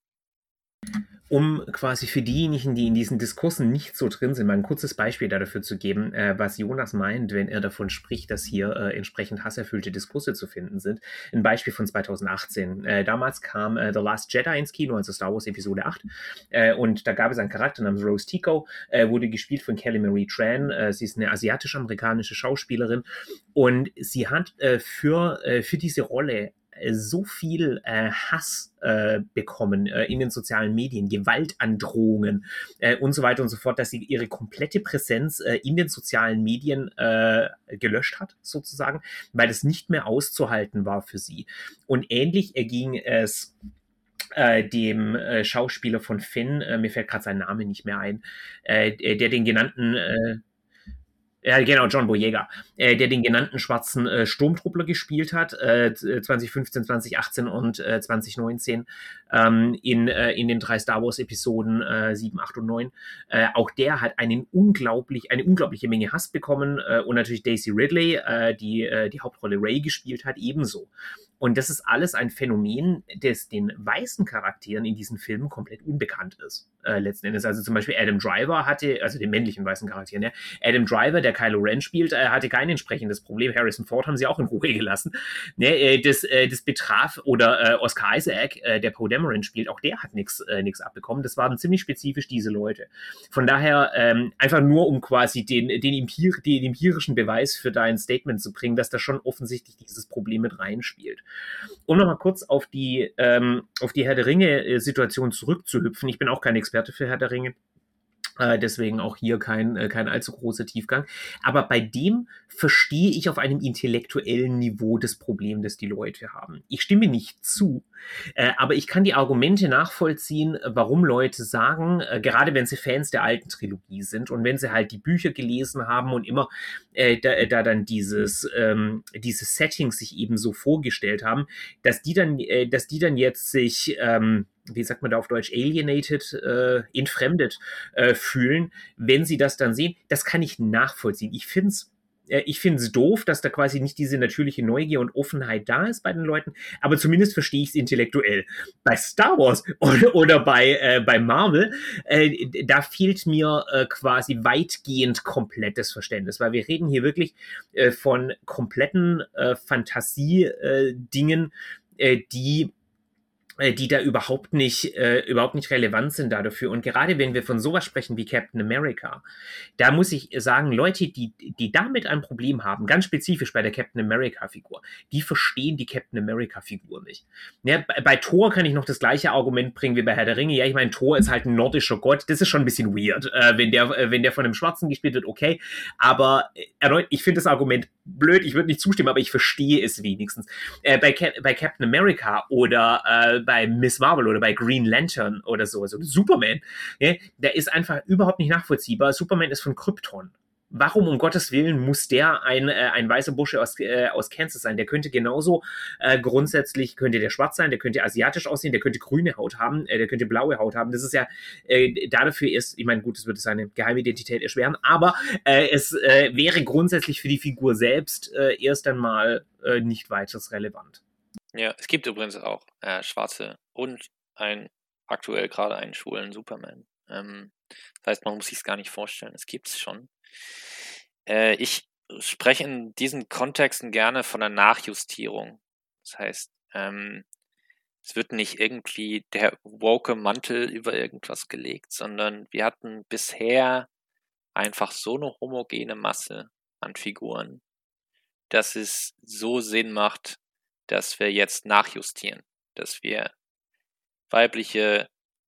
Um quasi für diejenigen, die in diesen Diskursen nicht so drin sind, mal ein kurzes Beispiel dafür zu geben, äh, was Jonas meint, wenn er davon spricht, dass hier äh, entsprechend hasserfüllte Diskurse zu finden sind. Ein Beispiel von zwanzig achtzehn. Äh, damals kam äh, The Last Jedi ins Kino, also Star Wars Episode acht, äh, und da gab es einen Charakter namens Rose Tico, äh, wurde gespielt von Kelly Marie Tran. Äh, sie ist eine asiatisch-amerikanische Schauspielerin und sie hat äh, für, äh, für diese Rolle so viel äh, Hass äh, bekommen äh, in den sozialen Medien, Gewaltandrohungen äh, und so weiter und so fort, dass sie ihre komplette Präsenz äh, in den sozialen Medien äh, gelöscht hat, sozusagen, weil es nicht mehr auszuhalten war für sie. Und ähnlich erging es äh, dem äh, Schauspieler von Finn, äh, mir fällt gerade sein Name nicht mehr ein, äh, der den genannten äh, ja, genau, John Boyega, äh, der den genannten schwarzen äh, Sturmtruppler gespielt hat, äh, zwanzig fünfzehn, zwanzig achtzehn und äh, zwanzig neunzehn ähm, in, äh, in den drei Star Wars Episoden äh, sieben, acht und neun. Äh, auch der hat einen unglaublich, eine unglaubliche Menge Hass bekommen äh, und natürlich Daisy Ridley, äh, die äh, die Hauptrolle Rey gespielt hat, ebenso. Und das ist alles ein Phänomen, das den weißen Charakteren in diesen Filmen komplett unbekannt ist, äh, letzten Endes. Also zum Beispiel Adam Driver hatte, also den männlichen weißen Charakteren, ja, Adam Driver, der Kylo Ren spielt, äh, hatte kein entsprechendes Problem. Harrison Ford haben sie auch in Ruhe gelassen. Ne, äh, das, äh, das betraf, oder äh, Oscar Isaac, äh, der Poe Dameron spielt, auch der hat nichts äh, nix abbekommen. Das waren ziemlich spezifisch diese Leute. Von daher, ähm, einfach nur, um quasi den, den, Empir den empirischen Beweis für dein Statement zu bringen, dass da schon offensichtlich dieses Problem mit reinspielt. Um nochmal kurz auf die, ähm, auf die Herr der Ringe-Situation zurückzuhüpfen. Ich bin auch kein Experte für Herr der Ringe. Äh, deswegen auch hier kein, äh, kein allzu großer Tiefgang. Aber bei dem verstehe ich auf einem intellektuellen Niveau das Problem, das die Leute haben. Ich stimme nicht zu, äh, aber ich kann die Argumente nachvollziehen, warum Leute sagen, äh, gerade wenn sie Fans der alten Trilogie sind und wenn sie halt die Bücher gelesen haben und immer äh, da, da dann dieses, ähm, dieses Setting sich eben so vorgestellt haben, dass die dann, äh, dass die dann jetzt sich, ähm, wie sagt man da auf Deutsch, alienated, äh, entfremdet äh, fühlen, wenn sie das dann sehen. Das kann ich nachvollziehen. Ich finde es äh, ich finde es doof, dass da quasi nicht diese natürliche Neugier und Offenheit da ist bei den Leuten, aber zumindest verstehe ich es intellektuell. Bei Star Wars oder, oder bei, äh, bei Marvel, äh, da fehlt mir äh, quasi weitgehend komplettes Verständnis, weil wir reden hier wirklich äh, von kompletten äh, Fantasie-Dingen, äh, die die da überhaupt nicht, äh, überhaupt nicht relevant sind da dafür. Und gerade wenn wir von sowas sprechen wie Captain America, da muss ich sagen, Leute, die, die damit ein Problem haben, ganz spezifisch bei der Captain America-Figur, die verstehen die Captain America-Figur nicht. Ja, bei, bei Thor kann ich noch das gleiche Argument bringen wie bei Herr der Ringe. Ja, ich meine, Thor ist halt ein nordischer Gott. Das ist schon ein bisschen weird, äh, wenn der, äh, wenn der von einem Schwarzen gespielt wird, okay. Aber äh, erneut, ich finde das Argument blöd, ich würde nicht zustimmen, aber ich verstehe es wenigstens. Äh, bei, Cap bei Captain America oder äh, bei Miss Marvel oder bei Green Lantern oder so, also Superman, ja, der ist einfach überhaupt nicht nachvollziehbar. Superman ist von Krypton. warum um Gottes Willen muss der ein, äh, ein weißer Bursche aus, äh, aus Kansas sein? Der könnte genauso äh, grundsätzlich, könnte der schwarz sein, der könnte asiatisch aussehen, der könnte grüne Haut haben, äh, der könnte blaue Haut haben. Das ist ja, äh, dafür ist, ich meine, gut, das würde seine Geheimidentität erschweren, aber äh, es äh, wäre grundsätzlich für die Figur selbst äh, erst einmal äh, nicht weiteres relevant. Ja, es gibt übrigens auch äh, Schwarze und ein aktuell gerade einen schwulen Superman. Ähm, das heißt, man muss sich es gar nicht vorstellen. Es gibt es schon. Äh, ich spreche in diesen Kontexten gerne von der Nachjustierung. Das heißt, ähm, es wird nicht irgendwie der woke Mantel über irgendwas gelegt, sondern wir hatten bisher einfach so eine homogene Masse an Figuren, dass es so Sinn macht, dass wir jetzt nachjustieren, dass wir weibliche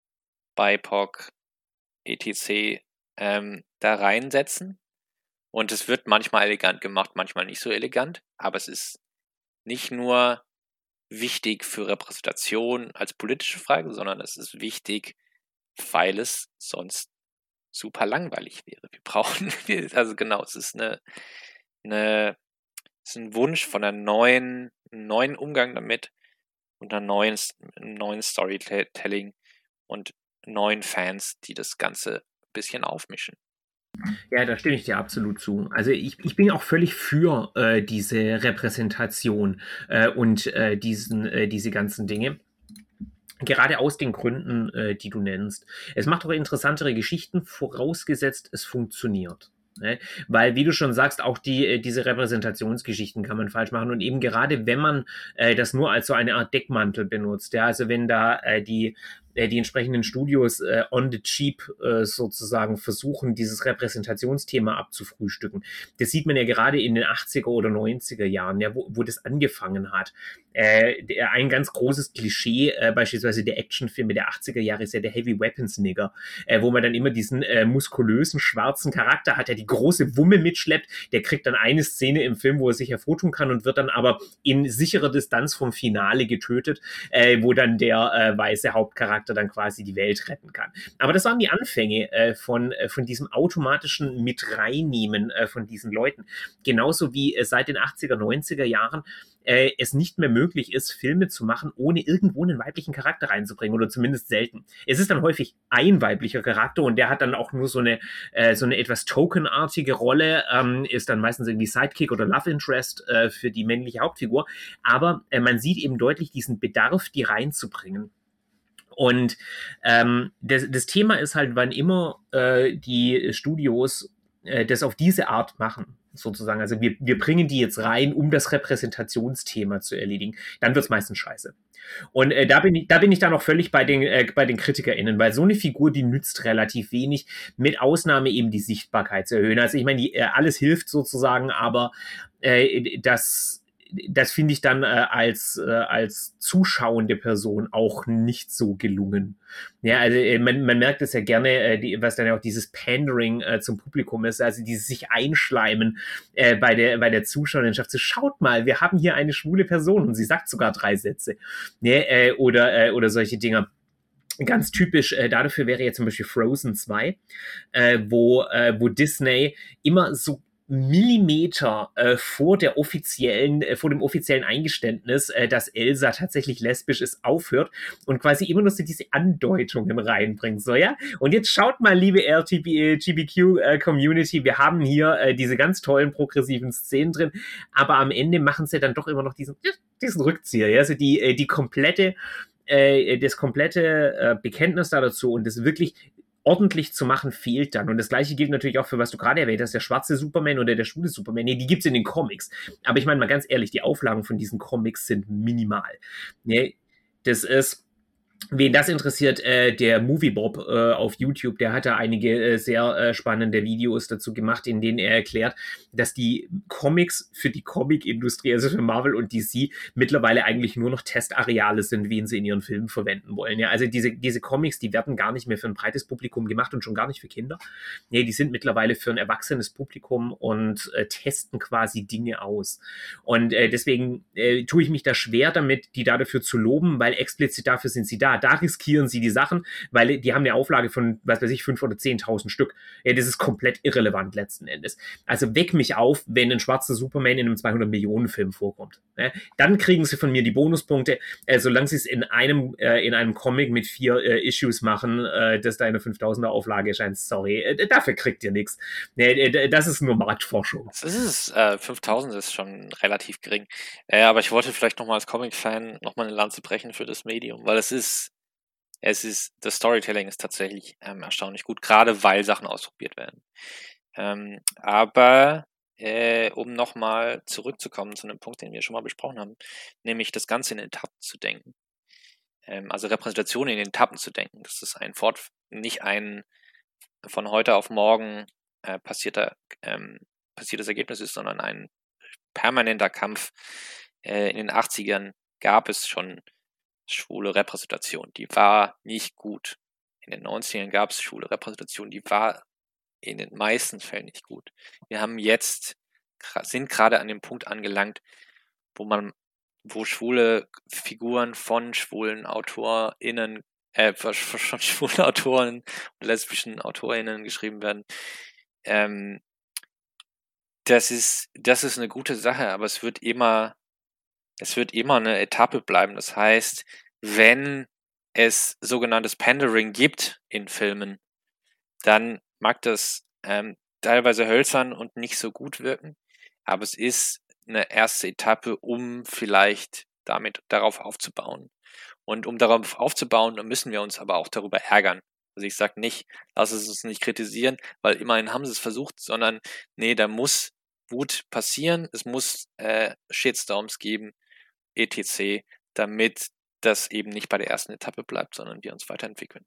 B I P O C, et cetera ähm, da reinsetzen. Und es wird manchmal elegant gemacht, manchmal nicht so elegant, aber es ist nicht nur wichtig für Repräsentation als politische Frage, sondern es ist wichtig, weil es sonst super langweilig wäre. Wir brauchen, also genau, es ist eine, eine es ist ein Wunsch von einer neuen, neuen Umgang damit und einer neuen, neuen Storytelling und neuen Fans, die das Ganze ein bisschen aufmischen. Ja, da stimme ich dir absolut zu. Also ich, ich bin auch völlig für äh, diese Repräsentation äh, und äh, diesen, äh, diese ganzen Dinge. Gerade aus den Gründen, äh, die du nennst. Es macht auch interessantere Geschichten, vorausgesetzt, es funktioniert. Ne? Weil, wie du schon sagst, auch die, äh, diese Repräsentationsgeschichten kann man falsch machen. Und eben gerade, wenn man äh, das nur als so eine Art Deckmantel benutzt, ja, also wenn da äh, die die entsprechenden Studios äh, on the cheap äh, sozusagen versuchen, dieses Repräsentationsthema abzufrühstücken. Das sieht man ja gerade in den achtziger oder neunziger Jahren, ja, wo, wo das angefangen hat. Äh, der, ein ganz großes Klischee, äh, beispielsweise der Actionfilme der achtziger Jahre, ist ja der Heavy Weapons Nigger, äh, wo man dann immer diesen äh, muskulösen, schwarzen Charakter hat, der die große Wumme mitschleppt. Der kriegt dann eine Szene im Film, wo er sich hervortun kann und wird dann aber in sicherer Distanz vom Finale getötet, äh, wo dann der äh, weiße Hauptcharakter dann quasi die Welt retten kann. Aber das waren die Anfänge äh, von, äh, von diesem automatischen Mit-Reinnehmen äh, von diesen Leuten. Genauso wie äh, seit den achtziger, neunziger Jahren äh, es nicht mehr möglich ist, Filme zu machen, ohne irgendwo einen weiblichen Charakter reinzubringen oder zumindest selten. Es ist dann häufig ein weiblicher Charakter und der hat dann auch nur so eine, äh, so eine etwas tokenartige Rolle, ähm, ist dann meistens irgendwie Sidekick oder Love Interest äh, für die männliche Hauptfigur. Aber äh, man sieht eben deutlich diesen Bedarf, die reinzubringen. Und ähm, das, das Thema ist halt, wann immer äh, die Studios äh, das auf diese Art machen, sozusagen, also wir, wir bringen die jetzt rein, um das Repräsentationsthema zu erledigen, dann wird es meistens scheiße. Und äh, da bin ich, da bin ich dann auch völlig bei den, äh, bei den KritikerInnen, weil so eine Figur, die nützt relativ wenig, mit Ausnahme eben die Sichtbarkeit zu erhöhen. Also ich meine, die, äh, alles hilft sozusagen, aber äh, das das finde ich dann äh, als, äh, als zuschauende Person auch nicht so gelungen. Ja, also äh, man, man merkt es ja gerne, äh, die, was dann ja auch dieses Pandering äh, zum Publikum ist, also dieses sich einschleimen äh, bei der, bei der Zuschauerschaft. So, schaut mal, wir haben hier eine schwule Person und sie sagt sogar drei Sätze. Ne, äh, oder, äh, oder solche Dinge. Ganz typisch äh, dafür wäre jetzt zum Beispiel Frozen zwei, äh, wo, äh, wo Disney immer so Millimeter äh, vor der offiziellen, äh, vor dem offiziellen Eingeständnis, äh, dass Elsa tatsächlich lesbisch ist, aufhört und quasi immer nur so diese Andeutungen reinbringt. So, ja? Und jetzt schaut mal, liebe L G B T Q-Community, äh, wir haben hier äh, diese ganz tollen progressiven Szenen drin, aber am Ende machen sie dann doch immer noch diesen, diesen Rückzieher, ja? Also die, äh, die komplette, äh, das komplette äh, Bekenntnis da dazu und das wirklich ordentlich zu machen, fehlt dann. Und das Gleiche gilt natürlich auch für, was du gerade erwähnt hast, der schwarze Superman oder der schwule Superman. Nee, die gibt's in den Comics. Aber ich meine mal ganz ehrlich, die Auflagen von diesen Comics sind minimal. Nee, das ist, wen das interessiert, äh, der Moviebob äh, auf YouTube, der hat da einige äh, sehr äh, spannende Videos dazu gemacht, in denen er erklärt, dass die Comics für die Comic-Industrie, also für Marvel und D C, mittlerweile eigentlich nur noch Testareale sind, wen sie in ihren Filmen verwenden wollen. Ja, also diese, diese Comics, die werden gar nicht mehr für ein breites Publikum gemacht und schon gar nicht für Kinder. Nee, die sind mittlerweile für ein erwachsenes Publikum und äh, testen quasi Dinge aus. Und äh, deswegen äh, tue ich mich da schwer damit, die da dafür zu loben, weil explizit dafür sind sie da. da, da riskieren sie die Sachen, weil die haben eine Auflage von, was weiß ich, fünf oder zehntausend Stück. Ja, das ist komplett irrelevant letzten Endes. Also weck mich auf, wenn ein schwarzer Superman in einem zweihundert-Millionen-Film vorkommt. Ja, dann kriegen sie von mir die Bonuspunkte, äh, solange sie es in einem, äh, in einem Comic mit vier äh, Issues machen, äh, das da eine fünftausender Auflage erscheint. Sorry, äh, dafür kriegt ihr nichts. Nee, das ist nur Marktforschung. Das ist äh, fünftausend ist schon relativ gering. Äh, aber ich wollte vielleicht nochmal als Comic-Fan nochmal eine Lanze brechen für das Medium, weil es ist, es ist, das Storytelling ist tatsächlich ähm, erstaunlich gut, gerade weil Sachen ausprobiert werden. Ähm, aber äh, um nochmal zurückzukommen zu einem Punkt, den wir schon mal besprochen haben, nämlich das Ganze in Etappen zu denken. Ähm, also Repräsentation in Etappen zu denken. Das ist ein Fort, nicht ein von heute auf morgen äh, passierter, ähm, passiertes Ergebnis ist, sondern ein permanenter Kampf. Äh, in den achtzigern gab es schon schwule Repräsentation, die war nicht gut. In den neunzigern gab es schwule Repräsentation, die war in den meisten Fällen nicht gut. Wir haben jetzt, sind gerade an dem Punkt angelangt, wo man, wo schwule Figuren von schwulen AutorInnen, äh, von schwulen Autoren und lesbischen AutorInnen geschrieben werden. Ähm, das ist, das ist eine gute Sache, aber es wird immer, es wird immer eine Etappe bleiben. Das heißt, wenn es sogenanntes Pandering gibt in Filmen, dann mag das ähm, teilweise hölzern und nicht so gut wirken, aber es ist eine erste Etappe, um vielleicht damit darauf aufzubauen. Und um darauf aufzubauen, müssen wir uns aber auch darüber ärgern. Also ich sage nicht, lass es uns nicht kritisieren, weil immerhin haben sie es versucht, sondern nee, da muss Wut passieren, es muss äh, Shitstorms geben, et cetera, damit das eben nicht bei der ersten Etappe bleibt, sondern wir uns weiterentwickeln.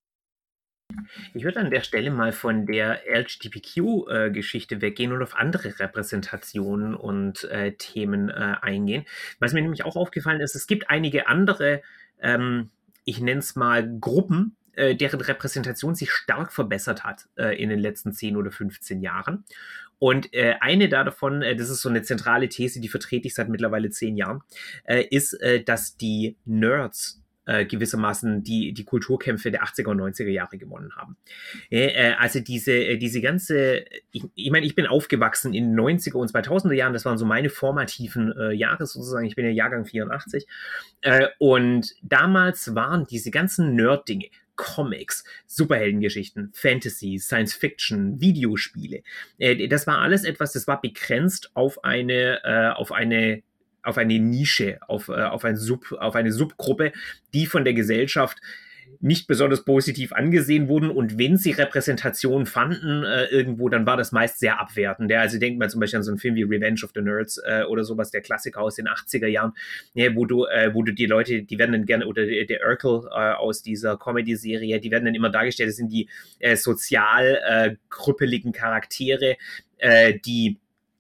Ich würde an der Stelle mal von der L G B T Q-Geschichte weggehen und auf andere Repräsentationen und äh, Themen äh, eingehen. Was mir nämlich auch aufgefallen ist, es gibt einige andere, ähm, ich nenne es mal Gruppen, äh, deren Repräsentation sich stark verbessert hat äh, in den letzten zehn oder fünfzehn Jahren. Und äh, eine davon, äh, das ist so eine zentrale These, die vertrete ich seit mittlerweile zehn Jahren, äh, ist, äh, dass die Nerds Äh, gewissermaßen die, die Kulturkämpfe der achtziger und neunziger Jahre gewonnen haben. Äh, also diese, äh, diese ganze, ich, ich meine, ich bin aufgewachsen in den neunziger und zweitausender Jahren, das waren so meine formativen äh, Jahre sozusagen, ich bin ja Jahrgang vierundachtzig, äh, und damals waren diese ganzen Nerd-Dinge, Comics, Superheldengeschichten, Fantasy, Science Fiction, Videospiele, äh, das war alles etwas, das war begrenzt auf eine, äh, auf eine auf eine Nische, auf, äh, auf, ein Sub, auf eine Subgruppe, die von der Gesellschaft nicht besonders positiv angesehen wurden, und wenn sie Repräsentation fanden äh, irgendwo, dann war das meist sehr abwertend. Ja? Also denkt man zum Beispiel an so einen Film wie Revenge of the Nerds äh, oder sowas, der Klassiker aus den achtziger Jahren, ja, wo du, äh, wo du die Leute, die werden dann gerne, oder der, der Urkel äh, aus dieser Comedy-Serie, die werden dann immer dargestellt, das sind die äh, sozial äh, krüppeligen Charaktere, äh, die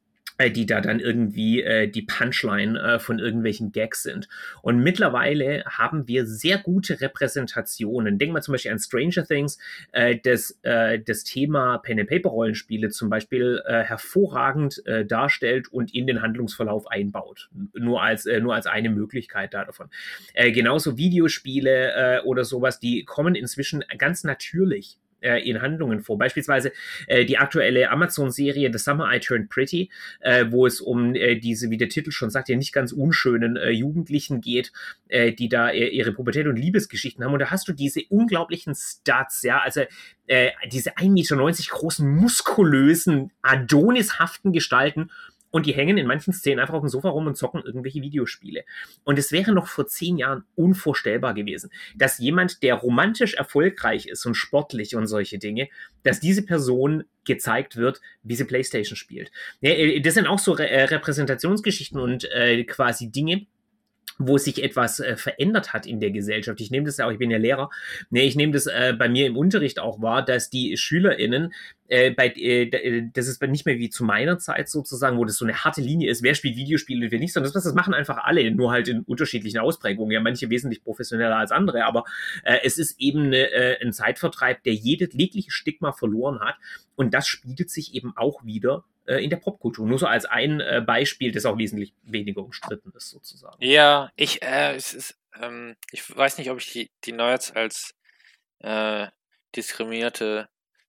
die da dann irgendwie äh, die Punchline äh, von irgendwelchen Gags sind. Und mittlerweile haben wir sehr gute Repräsentationen. Denk mal zum Beispiel an Stranger Things, äh, das äh, das Thema Pen-and-Paper-Rollenspiele zum Beispiel äh, hervorragend äh, darstellt und in den Handlungsverlauf einbaut. Nur als, äh, nur als eine Möglichkeit da davon. Äh, genauso Videospiele äh, oder sowas, die kommen inzwischen ganz natürlich in Handlungen vor. Beispielsweise äh, die aktuelle Amazon-Serie The Summer I Turned Pretty, äh, wo es um äh, diese, wie der Titel schon sagt, ja nicht ganz unschönen äh, Jugendlichen geht, äh, die da äh, ihre Pubertät und Liebesgeschichten haben. Und da hast du diese unglaublichen Stats, ja, also äh, diese ein Meter neunzig großen, muskulösen, adonishaften Gestalten, und die hängen in manchen Szenen einfach auf dem Sofa rum und zocken irgendwelche Videospiele. Und es wäre noch vor zehn Jahren unvorstellbar gewesen, dass jemand, der romantisch erfolgreich ist und sportlich und solche Dinge, dass diese Person gezeigt wird, wie sie PlayStation spielt. Ja, das sind auch so Re- Repräsentationsgeschichten und äh, quasi Dinge, wo sich etwas äh, verändert hat in der Gesellschaft. Ich nehme das ja auch, ich bin ja Lehrer, nee, ich nehme das äh, bei mir im Unterricht auch wahr, dass die SchülerInnen, äh, bei, äh, das ist nicht mehr wie zu meiner Zeit sozusagen, wo das so eine harte Linie ist, wer spielt Videospiele und wer nicht, sondern das, das machen einfach alle, nur halt in unterschiedlichen Ausprägungen, ja, manche wesentlich professioneller als andere, aber äh, es ist eben eine, äh, ein Zeitvertreib, der jedes, jegliche Stigma verloren hat, und das spiegelt sich eben auch wieder in der Popkultur. Nur so als ein äh, Beispiel, das auch wesentlich weniger umstritten ist, sozusagen. Ja, ich, äh, es ist, ähm, ich weiß nicht, ob ich die, die Nerds als äh, diskriminierte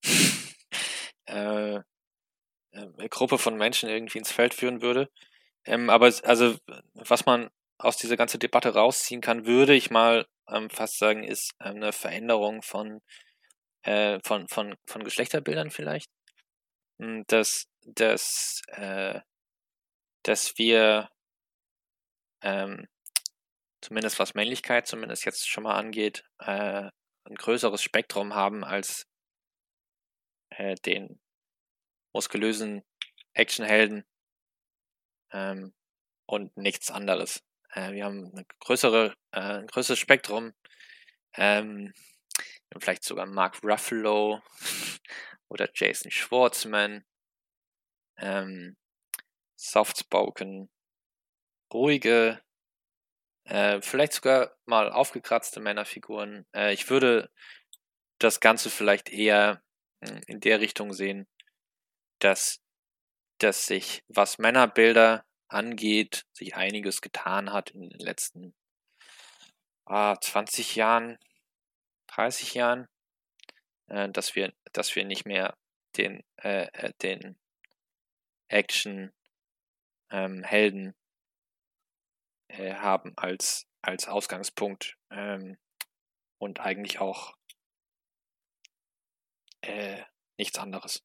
äh, äh, Gruppe von Menschen irgendwie ins Feld führen würde. Ähm, aber es, also, was man aus dieser ganzen Debatte rausziehen kann, würde ich mal ähm, fast sagen, ist ähm, eine Veränderung von, äh, von, von, von Geschlechterbildern vielleicht. Hm, Dass, dass, äh, dass wir ähm, zumindest was Männlichkeit zumindest jetzt schon mal angeht, äh, ein größeres Spektrum haben als äh, den muskulösen Actionhelden ähm, und nichts anderes. Äh, wir haben eine größere, äh, ein größeres Spektrum. Ähm, vielleicht sogar Mark Ruffalo oder Jason Schwartzman. Ähm, Softspoken, ruhige, äh, vielleicht sogar mal aufgekratzte Männerfiguren. Äh, ich würde das Ganze vielleicht eher mh, in der Richtung sehen, dass, dass sich, was Männerbilder angeht, sich einiges getan hat in den letzten ah, zwanzig Jahren, dreißig Jahren, äh, dass wir, dass wir nicht mehr den, äh, äh, den Action ähm, Helden äh, haben als, als Ausgangspunkt ähm, und eigentlich auch äh, nichts anderes.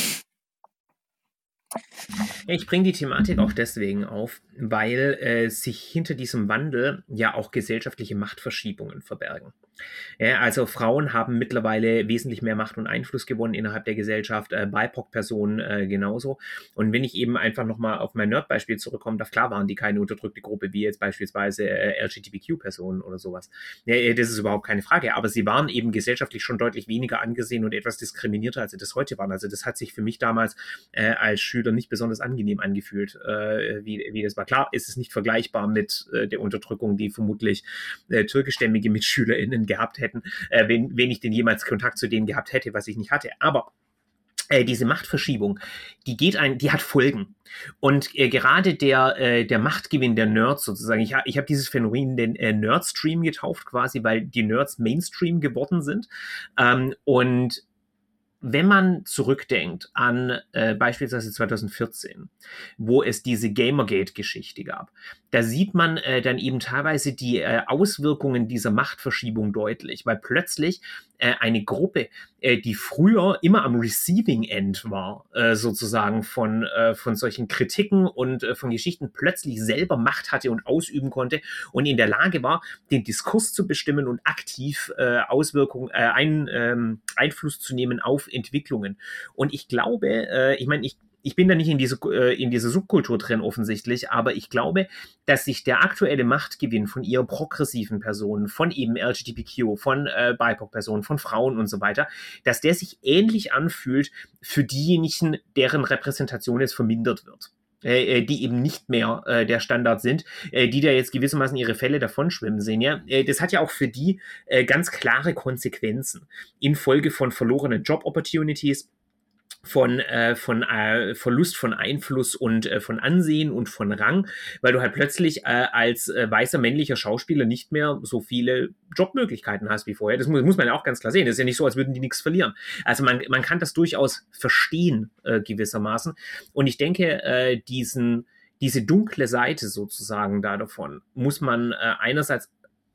Ich bringe die Thematik auch deswegen auf, weil äh, sich hinter diesem Wandel ja auch gesellschaftliche Machtverschiebungen verbergen. Ja, also Frauen haben mittlerweile wesentlich mehr Macht und Einfluss gewonnen innerhalb der Gesellschaft, äh, B I P O C-Personen äh, genauso. Und wenn ich eben einfach nochmal auf mein Nerd-Beispiel zurückkomme, darf klar waren die keine unterdrückte Gruppe, wie jetzt beispielsweise äh, L G B T Q-Personen oder sowas. Ja, äh, das ist überhaupt keine Frage, aber sie waren eben gesellschaftlich schon deutlich weniger angesehen und etwas diskriminierter, als sie das heute waren. Also das hat sich für mich damals äh, als Schüler nicht besonders angenehm angefühlt, äh, wie, wie das war. Klar ist es nicht vergleichbar mit äh, der Unterdrückung, die vermutlich äh, türkischstämmige MitschülerInnen gehabt hätten, äh, wenn, wenn ich denn jemals Kontakt zu denen gehabt hätte, was ich nicht hatte. Aber äh, diese Machtverschiebung, die geht ein, die hat Folgen. Und äh, gerade der, äh, der Machtgewinn der Nerds sozusagen, ich, ha, ich habe dieses Phänomen den äh, Nerdstream getauft quasi, weil die Nerds Mainstream geworden sind. Ähm, und wenn man zurückdenkt an äh, beispielsweise zwanzig vierzehn, wo es diese Gamergate-Geschichte gab, da sieht man äh, dann eben teilweise die äh, Auswirkungen dieser Machtverschiebung deutlich, weil plötzlich äh, eine Gruppe, äh, die früher immer am Receiving End war, äh, sozusagen von, äh, von solchen Kritiken und äh, von Geschichten, plötzlich selber Macht hatte und ausüben konnte und in der Lage war, den Diskurs zu bestimmen und aktiv äh, Auswirkungen, äh, ein, ähm, Einfluss zu nehmen auf Entwicklungen. Und ich glaube, äh, ich meine, ich ich bin da nicht in diese, äh, in diese Subkultur drin offensichtlich, aber ich glaube, dass sich der aktuelle Machtgewinn von eher progressiven Personen, von eben L G B T Q, von äh, B I P O C-Personen, von Frauen und so weiter, dass der sich ähnlich anfühlt für diejenigen, deren Repräsentation jetzt vermindert wird. Äh, die eben nicht mehr äh, der Standard sind, äh, die da jetzt gewissermaßen ihre Fälle davonschwimmen sehen. Ja? Äh, das hat ja auch für die äh, ganz klare Konsequenzen infolge von verlorenen Job-Opportunities, von, äh, von äh, Verlust von Einfluss und äh, von Ansehen und von Rang, weil du halt plötzlich äh, als äh, weißer männlicher Schauspieler nicht mehr so viele Jobmöglichkeiten hast wie vorher. Das muss, muss man ja auch ganz klar sehen. Das ist ja nicht so, als würden die nichts verlieren. Also man, man kann das durchaus verstehen äh, gewissermaßen. Und ich denke, äh, diesen, diese dunkle Seite sozusagen da davon muss man äh, einerseits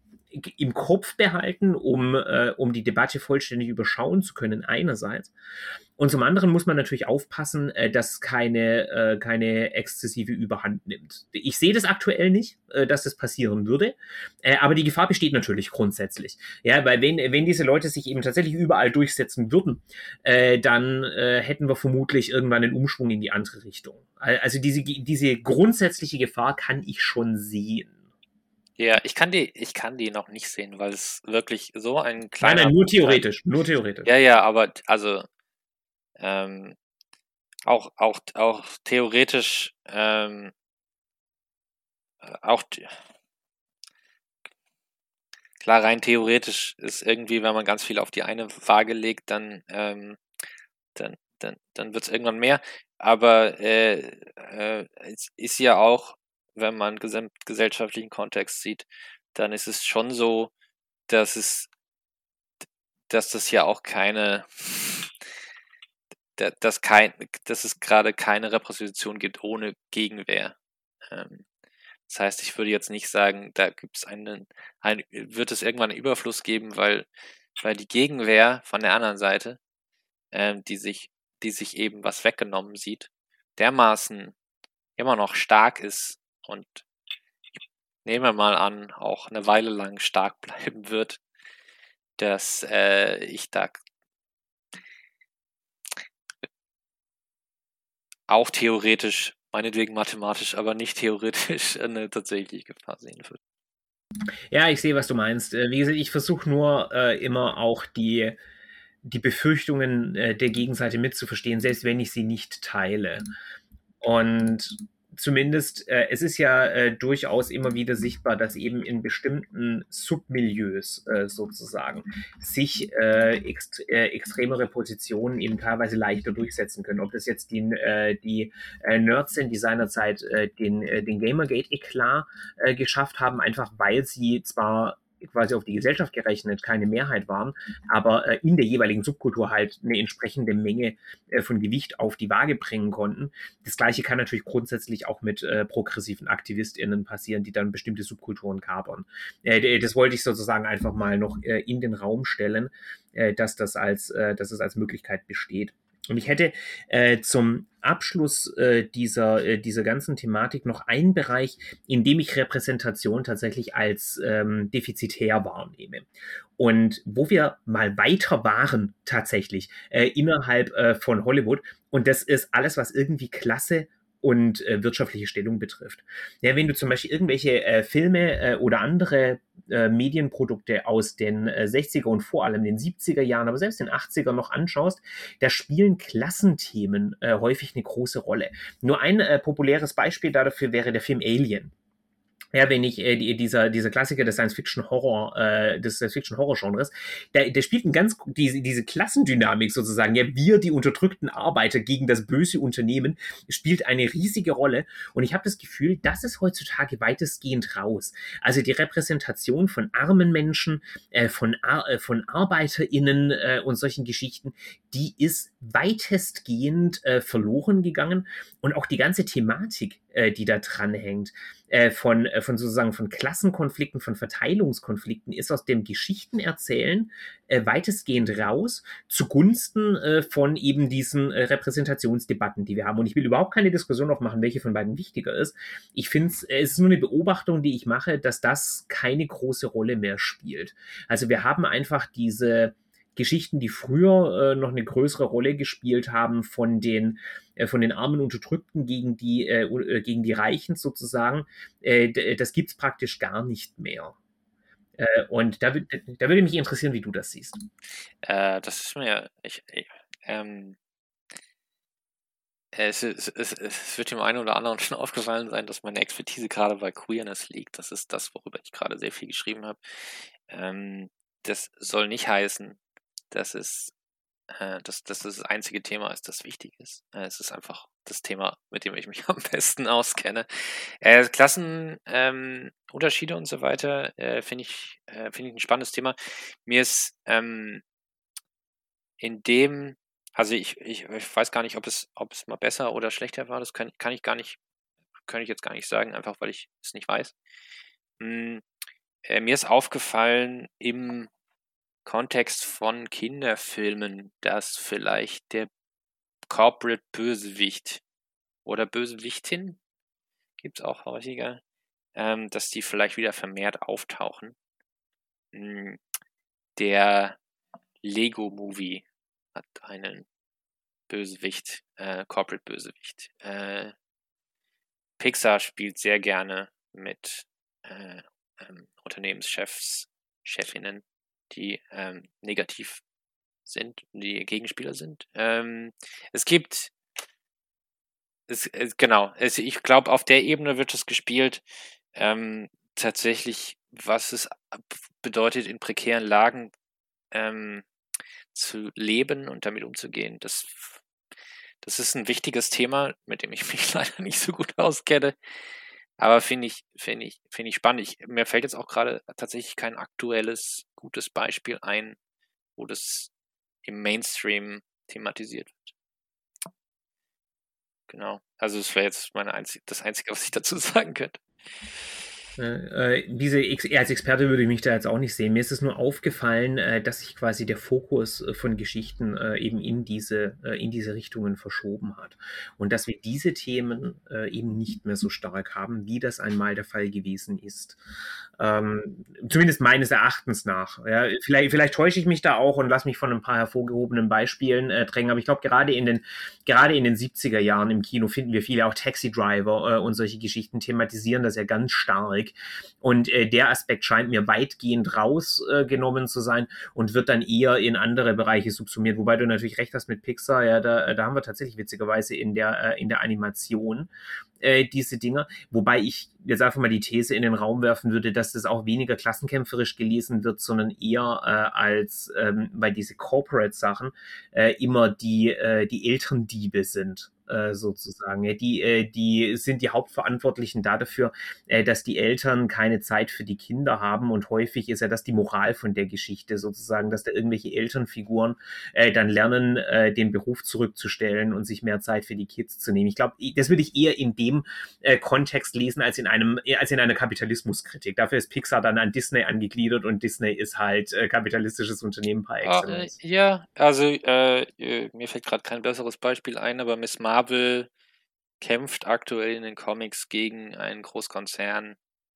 im Kopf behalten, um, äh, um die Debatte vollständig überschauen zu können, einerseits. Und zum anderen muss man natürlich aufpassen, äh, dass keine, äh, keine exzessive Überhand nimmt. Ich sehe das aktuell nicht, äh, dass das passieren würde, äh, aber die Gefahr besteht natürlich grundsätzlich. Ja, weil wenn, wenn diese Leute sich eben tatsächlich überall durchsetzen würden, äh, dann äh, hätten wir vermutlich irgendwann einen Umschwung in die andere Richtung. Also diese, diese grundsätzliche Gefahr kann ich schon sehen. Ja, ich kann die, ich kann die noch nicht sehen, weil es wirklich so ein kleiner. Nein, nein, nur theoretisch, nur theoretisch. Ja, ja, aber also ähm, auch, auch, auch theoretisch, ähm, auch klar, rein theoretisch ist irgendwie, wenn man ganz viel auf die eine Waage legt, dann, ähm, dann, dann, dann wird es irgendwann mehr. Aber äh, äh, es ist ja auch, wenn man gesamtgesellschaftlichen Kontext sieht, dann ist es schon so, dass es, dass das ja auch keine, dass kein, dass es gerade keine Repräsentation gibt ohne Gegenwehr. Ähm, das heißt, ich würde jetzt nicht sagen, da gibt es einen, ein, wird es irgendwann einen Überfluss geben, weil, weil die Gegenwehr von der anderen Seite, ähm, die sich, die sich eben was weggenommen sieht, dermaßen immer noch stark ist und nehmen wir mal an, auch eine Weile lang stark bleiben wird, dass äh, ich da auch theoretisch, meinetwegen mathematisch, aber nicht theoretisch eine tatsächliche Gefahr sehen würde. Ja, ich sehe, was du meinst. Äh, Wie gesagt, ich versuche nur äh, immer auch die, die Befürchtungen äh, der Gegenseite mitzuverstehen, selbst wenn ich sie nicht teile. Und zumindest, äh, es ist ja äh, durchaus immer wieder sichtbar, dass eben in bestimmten Submilieus äh, sozusagen sich äh, ext äh, extremere Positionen eben teilweise leichter durchsetzen können. Ob das jetzt die, äh, die äh, Nerds sind, die seinerzeit äh, den, äh, den Gamergate-Eklat äh, geschafft haben, einfach weil sie zwar quasi auf die Gesellschaft gerechnet keine Mehrheit waren, aber äh, in der jeweiligen Subkultur halt eine entsprechende Menge äh, von Gewicht auf die Waage bringen konnten. Das Gleiche kann natürlich grundsätzlich auch mit äh, progressiven AktivistInnen passieren, die dann bestimmte Subkulturen kapern. Äh, das wollte ich sozusagen einfach mal noch äh, in den Raum stellen, äh, dass das als, äh, dass es als Möglichkeit besteht. Und ich hätte äh, zum Abschluss äh, dieser, äh, dieser ganzen Thematik noch einen Bereich, in dem ich Repräsentation tatsächlich als ähm, defizitär wahrnehme. Und wo wir mal weiter waren tatsächlich äh, innerhalb äh, von Hollywood. Und das ist alles, was irgendwie Klasse und äh, wirtschaftliche Stellung betrifft. Ja, wenn du zum Beispiel irgendwelche äh, Filme äh, oder andere äh, Medienprodukte aus den äh, sechziger und vor allem den siebziger Jahren, aber selbst den achtziger noch anschaust, da spielen Klassenthemen äh, häufig eine große Rolle. Nur ein äh, populäres Beispiel dafür wäre der Film Alien. Ja, wenn ich äh, die, dieser, dieser Klassiker des Science-Fiction-Horror, äh, des Science-Fiction-Horror-Genres, der, der spielt ein ganz, diese, diese Klassendynamik sozusagen, ja, wir, die unterdrückten Arbeiter gegen das böse Unternehmen, spielt eine riesige Rolle. Und ich habe das Gefühl, das ist heutzutage weitestgehend raus. Also die Repräsentation von armen Menschen, äh, von, Ar äh, von ArbeiterInnen äh, und solchen Geschichten, die ist weitestgehend äh, verloren gegangen. Und auch die ganze Thematik, äh, die da dran hängt, äh, von, äh, von sozusagen von Klassenkonflikten, von Verteilungskonflikten, ist aus dem Geschichtenerzählen äh, weitestgehend raus, zugunsten äh, von eben diesen äh, Repräsentationsdebatten, die wir haben. Und ich will überhaupt keine Diskussion aufmachen, welche von beiden wichtiger ist. Ich finde, äh, es ist nur eine Beobachtung, die ich mache, dass das keine große Rolle mehr spielt. Also wir haben einfach diese Geschichten, die früher äh, noch eine größere Rolle gespielt haben von den äh, von den armen Unterdrückten gegen die äh, gegen die Reichen sozusagen, äh, das gibt's praktisch gar nicht mehr. Äh, und da, da würde mich interessieren, wie du das siehst. Äh, das ist mir, ich, ich ähm, es, es, es, es wird dem einen oder anderen schon aufgefallen sein, dass meine Expertise gerade bei Queerness liegt. Das ist das, worüber ich gerade sehr viel geschrieben habe. Ähm, das soll nicht heißen, dass es äh, dass, dass das das einzige Thema ist, das wichtig ist. Äh, es ist einfach das Thema, mit dem ich mich am besten auskenne. Äh, Klassenunterschiede ähm, und so weiter äh, finde ich, äh, finde ich ein spannendes Thema. Mir ist ähm, in dem, also ich, ich, ich weiß gar nicht, ob es, ob es mal besser oder schlechter war. Das kann, kann ich gar nicht, kann ich jetzt gar nicht sagen, einfach weil ich es nicht weiß. Hm, äh, mir ist aufgefallen im Kontext von Kinderfilmen, dass vielleicht der Corporate Bösewicht oder Bösewichtin, gibt es auch häufiger, ähm, dass die vielleicht wieder vermehrt auftauchen. Hm, der Lego Movie hat einen Bösewicht, äh, Corporate Bösewicht. Äh, Pixar spielt sehr gerne mit äh, ähm, Unternehmenschefs, Chefinnen, die ähm, negativ sind, die Gegenspieler sind. Ähm, es gibt, es, es, genau, es, ich glaube, auf der Ebene wird es gespielt. Ähm, tatsächlich, was es bedeutet, in prekären Lagen ähm, zu leben und damit umzugehen, das, das ist ein wichtiges Thema, mit dem ich mich leider nicht so gut auskenne. Aber finde ich, finde ich, finde ich spannend. Ich, mir fällt jetzt auch gerade tatsächlich kein aktuelles, gutes Beispiel ein, wo das im Mainstream thematisiert wird. Genau. Also das wäre jetzt meine einzig, das Einzige, was ich dazu sagen könnte. Äh, diese Ex als Experte würde ich mich da jetzt auch nicht sehen. Mir ist es nur aufgefallen, äh, dass sich quasi der Fokus äh, von Geschichten äh, eben in diese, äh, in diese Richtungen verschoben hat. Und dass wir diese Themen äh, eben nicht mehr so stark haben, wie das einmal der Fall gewesen ist. Ähm, zumindest meines Erachtens nach. Ja, vielleicht, vielleicht täusche ich mich da auch und lasse mich von ein paar hervorgehobenen Beispielen äh, drängen, aber ich glaube, gerade in den, gerade in den siebziger Jahren im Kino finden wir viele, auch Taxi Driver äh, und solche Geschichten thematisieren das ja ganz stark. Und äh, der Aspekt scheint mir weitgehend rausgenommen äh, zu sein und wird dann eher in andere Bereiche subsumiert. Wobei du natürlich recht hast mit Pixar, ja, da, da haben wir tatsächlich witzigerweise in der, äh, in der Animation äh, diese Dinger. Wobei ich jetzt einfach mal die These in den Raum werfen würde, dass das auch weniger klassenkämpferisch gelesen wird, sondern eher äh, als, ähm, weil diese Corporate-Sachen äh, immer die, äh, die Elterndiebe sind. Äh, sozusagen. Ja, die, äh, die sind die Hauptverantwortlichen da dafür, äh, dass die Eltern keine Zeit für die Kinder haben und häufig ist ja das die Moral von der Geschichte sozusagen, dass da irgendwelche Elternfiguren äh, dann lernen, äh, den Beruf zurückzustellen und sich mehr Zeit für die Kids zu nehmen. Ich glaube, das würde ich eher in dem äh, Kontext lesen als in einem, als in einer Kapitalismuskritik. Dafür ist Pixar dann an Disney angegliedert und Disney ist halt äh, kapitalistisches Unternehmen par excellence. Uh, ja, also äh, mir fällt gerade kein besseres Beispiel ein, aber Miss Marvel kämpft aktuell in den Comics gegen einen Großkonzern,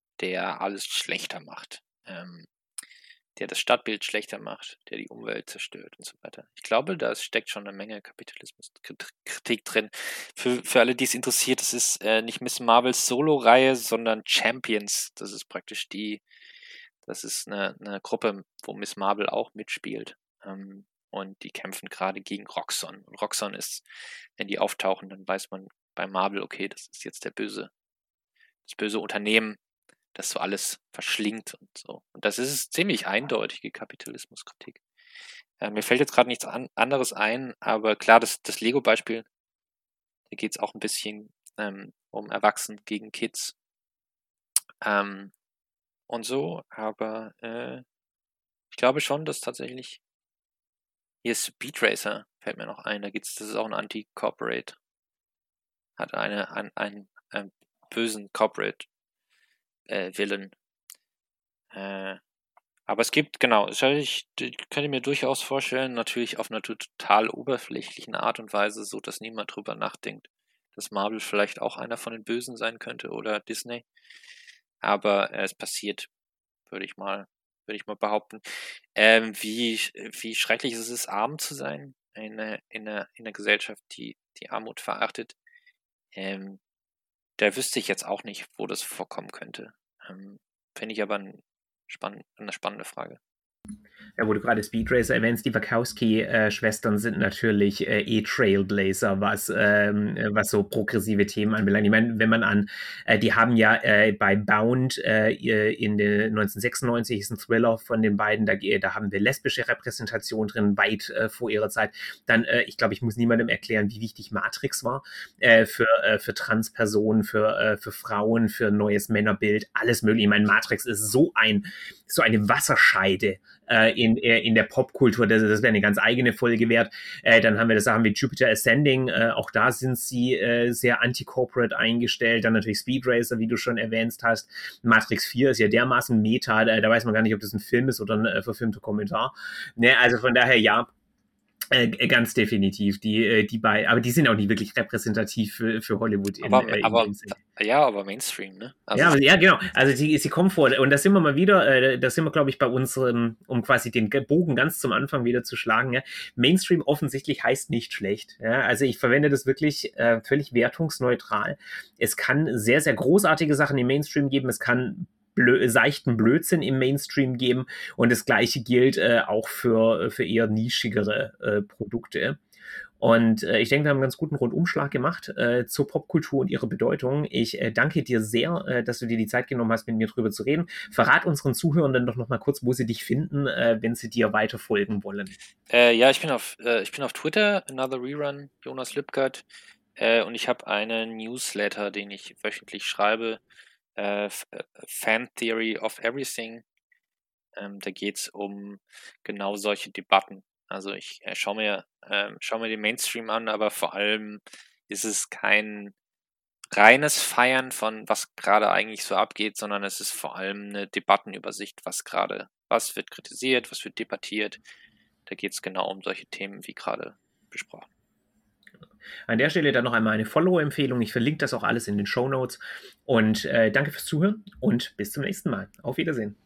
der alles schlechter macht. Ähm, der das Stadtbild schlechter macht, der die Umwelt zerstört und so weiter. Ich glaube, da steckt schon eine Menge Kapitalismuskritik drin. Für, für alle, die es interessiert, es ist äh, nicht Miss Marvels Solo-Reihe, sondern Champions. Das ist praktisch die, das ist eine, eine Gruppe, wo Miss Marvel auch mitspielt. Ähm, und die kämpfen gerade gegen Roxxon. Und Roxxon ist, wenn die auftauchen, dann weiß man bei Marvel, okay, das ist jetzt der böse, das böse Unternehmen, das so alles verschlingt und so. Und das ist ziemlich eindeutige Kapitalismuskritik. Äh, mir fällt jetzt gerade nichts an, anderes ein, aber klar, das, das Lego-Beispiel, da geht es auch ein bisschen ähm, um Erwachsene gegen Kids ähm, und so, aber äh, ich glaube schon, dass tatsächlich hier ist Speed Racer, fällt mir noch ein, da geht's, das ist auch ein Anti-Corporate, hat eine, ein, einen, einen bösen Corporate äh, Villain. Äh, Aber es gibt, genau, ich, ich könnte mir durchaus vorstellen, natürlich auf einer total oberflächlichen Art und Weise, so dass niemand drüber nachdenkt, dass Marvel vielleicht auch einer von den Bösen sein könnte oder Disney. Aber äh, es passiert, würde ich mal, würde ich mal behaupten. Ähm, wie, wie schrecklich ist es, arm zu sein in, einer- in, einer, in einer Gesellschaft, die die Armut verachtet. Ähm, da wüsste ich jetzt auch nicht, wo das vorkommen könnte. Ähm, Finde ich aber ein spann eine spannende Frage. Ja, wo du gerade Speed Racer erwähnst, die Wachowski-Schwestern sind natürlich äh, eh Trailblazer, was, ähm, was so progressive Themen anbelangt. Ich meine, wenn man an, äh, die haben ja äh, bei Bound äh, in den neunzehnhundertsechsundneunzig ist ein Thriller von den beiden, da, da haben wir lesbische Repräsentation drin, weit äh, vor ihrer Zeit. Dann, äh, ich glaube, ich muss niemandem erklären, wie wichtig Matrix war äh, für, äh, für Transpersonen, für, äh, für Frauen, für ein neues Männerbild, alles mögliche. Ich meine, Matrix ist so ein, so eine Wasserscheide äh, in, in der Popkultur, das, das wäre eine ganz eigene Folge wert. Äh, dann haben wir das Sachen wie Jupiter Ascending, äh, auch da sind sie äh, sehr anti-corporate eingestellt. Dann natürlich Speed Racer, wie du schon erwähnt hast. Matrix vier ist ja dermaßen Meta, da, da weiß man gar nicht, ob das ein Film ist oder ein äh, verfilmter Kommentar. Ne, also von daher, ja, Äh, ganz definitiv. Die, äh, die bei, aber die sind auch nicht wirklich repräsentativ für, für Hollywood in, Aber, äh, in aber dem Sinne. ja, aber Mainstream, ne? Also, Ja, aber, ja, genau. Also sie, sie kommen vor. Und da sind wir mal wieder, äh, da sind wir, glaube ich, bei unserem, um quasi den Bogen ganz zum Anfang wieder zu schlagen. Ja. Mainstream offensichtlich heißt nicht schlecht. Ja. Also ich verwende das wirklich äh, völlig wertungsneutral. Es kann sehr, sehr großartige Sachen im Mainstream geben. Es kann blö seichten Blödsinn im Mainstream geben. Und das Gleiche gilt äh, auch für, für eher nischigere äh, Produkte. Und äh, ich denke, wir haben einen ganz guten Rundumschlag gemacht äh, zur Popkultur und ihrer Bedeutung. Ich äh, danke dir sehr, äh, dass du dir die Zeit genommen hast, mit mir drüber zu reden. Verrat unseren Zuhörenden doch noch mal kurz, wo sie dich finden, äh, wenn sie dir weiter folgen wollen. äh, ja, ich bin auf, äh, ich bin auf Twitter, Another Rerun, Jonas Lübkert, äh, und ich habe einen Newsletter, den ich wöchentlich schreibe. äh, Fan Theory of Everything. Ähm, da geht es um genau solche Debatten. Also ich äh, schaue mir, äh, schau mir den Mainstream an, aber vor allem ist es kein reines Feiern von, was gerade eigentlich so abgeht, sondern es ist vor allem eine Debattenübersicht, was gerade, was wird kritisiert, was wird debattiert. Da geht es genau um solche Themen wie gerade besprochen. An der Stelle dann noch einmal eine Follow-Empfehlung. Ich verlinke das auch alles in den Shownotes. Und äh, danke fürs Zuhören und bis zum nächsten Mal. Auf Wiedersehen.